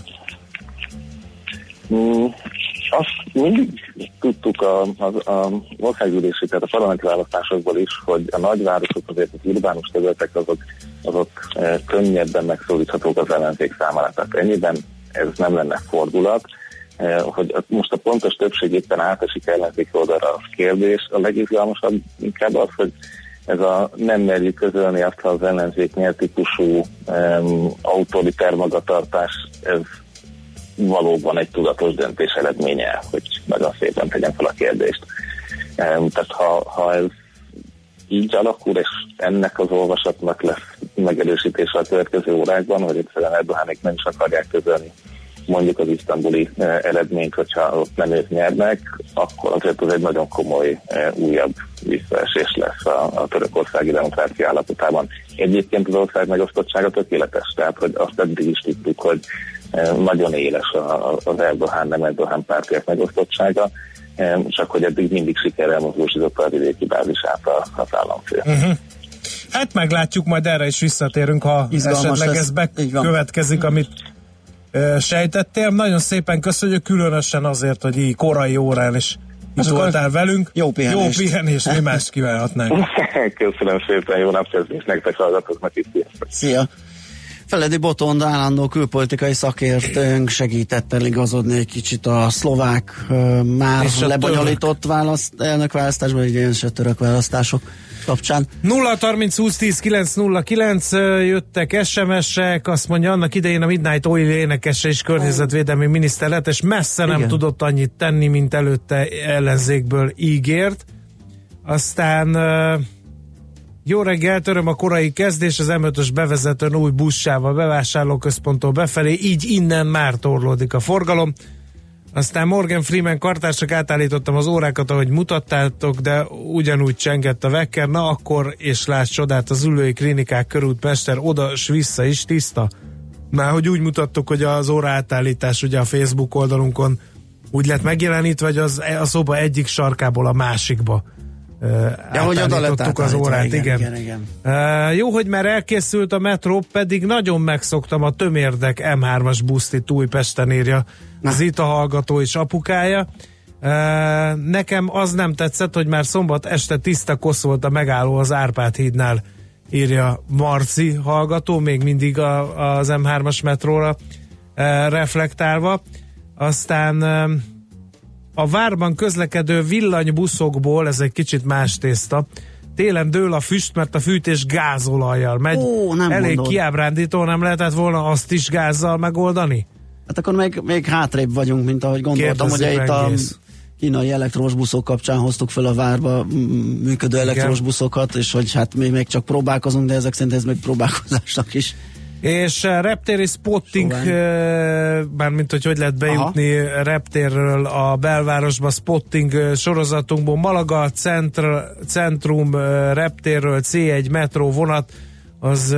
Azt mindig tudtuk az országgyűlési, tehát a parlamenti választásokból is, hogy a nagyvárosok, azért az urbánus területek azok könnyebben megszólíthatók az ellenzék számára. Tehát ennyiben ez nem lenne fordulat. Hogy most a pontos többség éppen átesik ellenzék oldalra a kérdés. A legizgalmasabb inkább az, hogy ez a nem merjük közölni azt, ha az ellenzék milyen típusú autoriter magatartás, ez valóban egy tudatos döntés eredménye, hogy nagyon szépen tegyem fel a kérdést. Tehát ha ez így alakul, és ennek az olvasatnak lesz megerősítése a következő órákban, hogy egyszerűen Erdoğanék nem is akarják közölni mondjuk az isztambuli eredményt, hogyha ott nem ők nyernek, akkor azért az egy nagyon komoly újabb visszaesés lesz a törökországi demokrácia állapotában. Egyébként az ország megosztottsága tökéletes, tehát hogy azt eddig is tudtuk, hogy nagyon éles az Erdoğan, nem Erdoğan pártiak megosztottsága, csak hogy eddig mindig sikerrel mozgósította a vidéki bázisát az államfél. Hát meglátjuk, majd erre is visszatérünk, ha esetleg ez bekövetkezik, amit sejtettél. Nagyon szépen köszönjük, különösen azért, hogy így korai órán is itt voltál velünk. Jó pihenést. Mi mást kívánhatnánk. Köszönöm szépen, jó napkezdést nektek, hallgatóknak is. Szia! Feledi Botond állandó külpolitikai szakértőnk segített eligazodni egy kicsit a szlovák már lebonyolított elnökválasztásban, és a török választások kapcsán. 0-30-20-10-9-09 jöttek SMS-ek, azt mondja, annak idején a Midnight Oil énekese és környezetvédelmi miniszter lett, és messze nem tudott annyit tenni, mint előtte ellenzékből ígért. Aztán jó reggelt, öröm a korai kezdés, az M5-ös bevezetőn új buszsával bevásárlóközponttól befelé, így innen már torlódik a forgalom. Aztán Morgan Freeman kartársak, átállítottam az órákat, ahogy mutattátok, de ugyanúgy csengett a vekker, na akkor, és láss csodát, az Üllői Klinikák körút Pester, oda s vissza is tiszta. Már hogy úgy mutattuk, hogy az óra átállítás ugye a Facebook oldalunkon úgy lett megjelenítve, vagy a szoba egyik sarkából a másikba átállítottuk az órát, igen. Jó, hogy már elkészült a metró, pedig nagyon megszoktam a tömérdek M3-as buszt itt Újpesten, írja Zita hallgató és apukája. Nekem az nem tetszett, hogy már szombat este tiszta kosz volt a megálló az Árpád hídnál, írja Marci hallgató, még mindig az M3-as metróra reflektálva. Aztán a várban közlekedő villanybuszokból, ez egy kicsit más tészta, télen dől a füst, mert a fűtés gázolajjal megy. Elég mondod. Kiábrándító, nem lehetett volna azt is gázzal megoldani? Hát akkor még hátrébb vagyunk, mint ahogy gondoltam, hogy itt a kínai elektromos buszok kapcsán hoztuk fel a várba működő elektromos buszokat, és hogy hát mi még csak próbálkozunk, de ezek szerint ez még próbálkozásnak is. És reptéri spotting, mármint hogy lehet bejutni reptérről a belvárosba, spotting sorozatunkból Malaga Centrum reptérről C1 metró vonat, az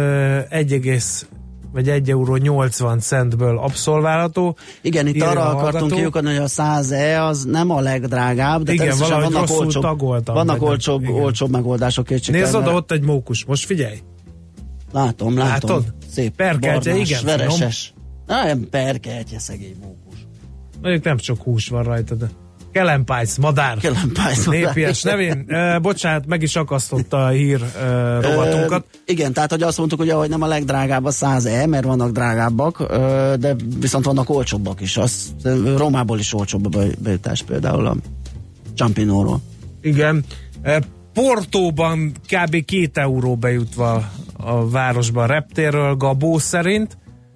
1 euró 80 centből abszolválható. Igen, itt arra akartunk kiukadni, hogy a 100E az nem a legdrágább, de igen, valahogy rosszul tagoltam. Vannak olcsóbb megoldások. Nézd oda, ott egy mókus, most figyelj! Látom. Látod? Szép, perkeltje, barnás, igen, vereses. Nem perkeltje, szegény mókus. Mondjuk nem sok hús van rajta, de kelempájsz, madár. Népies nevén. Bocsánat, meg is akasztotta a hír rovatunkat. Igen, tehát hogy azt mondtuk, ugye, hogy nem a legdrágább a 100E, mert vannak drágábbak, de viszont vannak olcsóbbak is. Rómából is olcsóbb a bejutás, például a Ciampinóról. Igen. Portóban kb. 2 euró bejutva a városban reptérről Gabó szerint,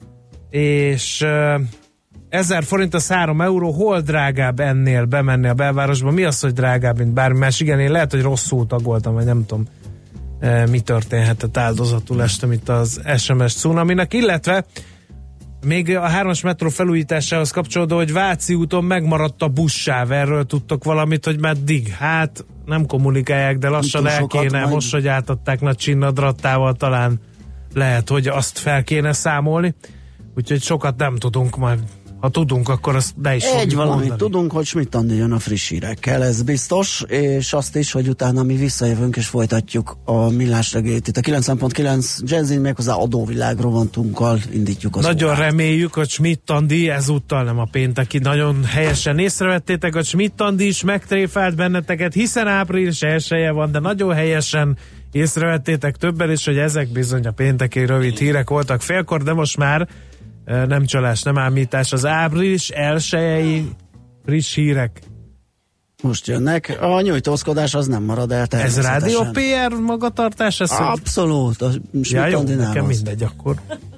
és 1000 forint az 3 euró, hol drágább ennél bemenni a belvárosba? Mi az, hogy drágább, mint bármi más? Igen, én lehet, hogy rosszul tagoltam, vagy nem tudom, mi történhetett, áldozatul estem itt az SMS cunaminak, illetve még a 3-as metró felújításához kapcsolódó, hogy Váci úton megmaradt a buszsáv, erről tudtok valamit, hogy meddig? Hát nem kommunikálják, de lassan el kéne, most, hogy átadták nagy csinnadrattával, talán lehet, hogy azt fel kéne számolni, úgyhogy sokat nem tudunk, majd ha tudunk, akkor azt be is fogjuk valamit mondani. Tudunk, hogy Schmidt-Andi jön a friss hírekkel, ez biztos, és azt is, hogy utána mi visszajövünk és folytatjuk a Millás reggelyt. Itt a 90.9 Jazzin, méghozzá adóvilág rovantunkkal indítjuk az Nagyon órát. reméljük, hogy Schmidt-Andi ezúttal nem a pénteki. Nagyon helyesen észrevettétek, hogy Schmidt-Andi is megtréfált benneteket, hiszen április 1-je van, de nagyon helyesen észrevettétek többen is, hogy ezek bizony a pénteki rövid hírek voltak félkor, de most már nem csalás, nem ámítás, az április 1-i friss hírek. Most jönnek, a nyújtózkodás az nem marad el természetesen. Ez rádió PR magatartás? Abszolút, a ja, jó, nekem mindegy akkor.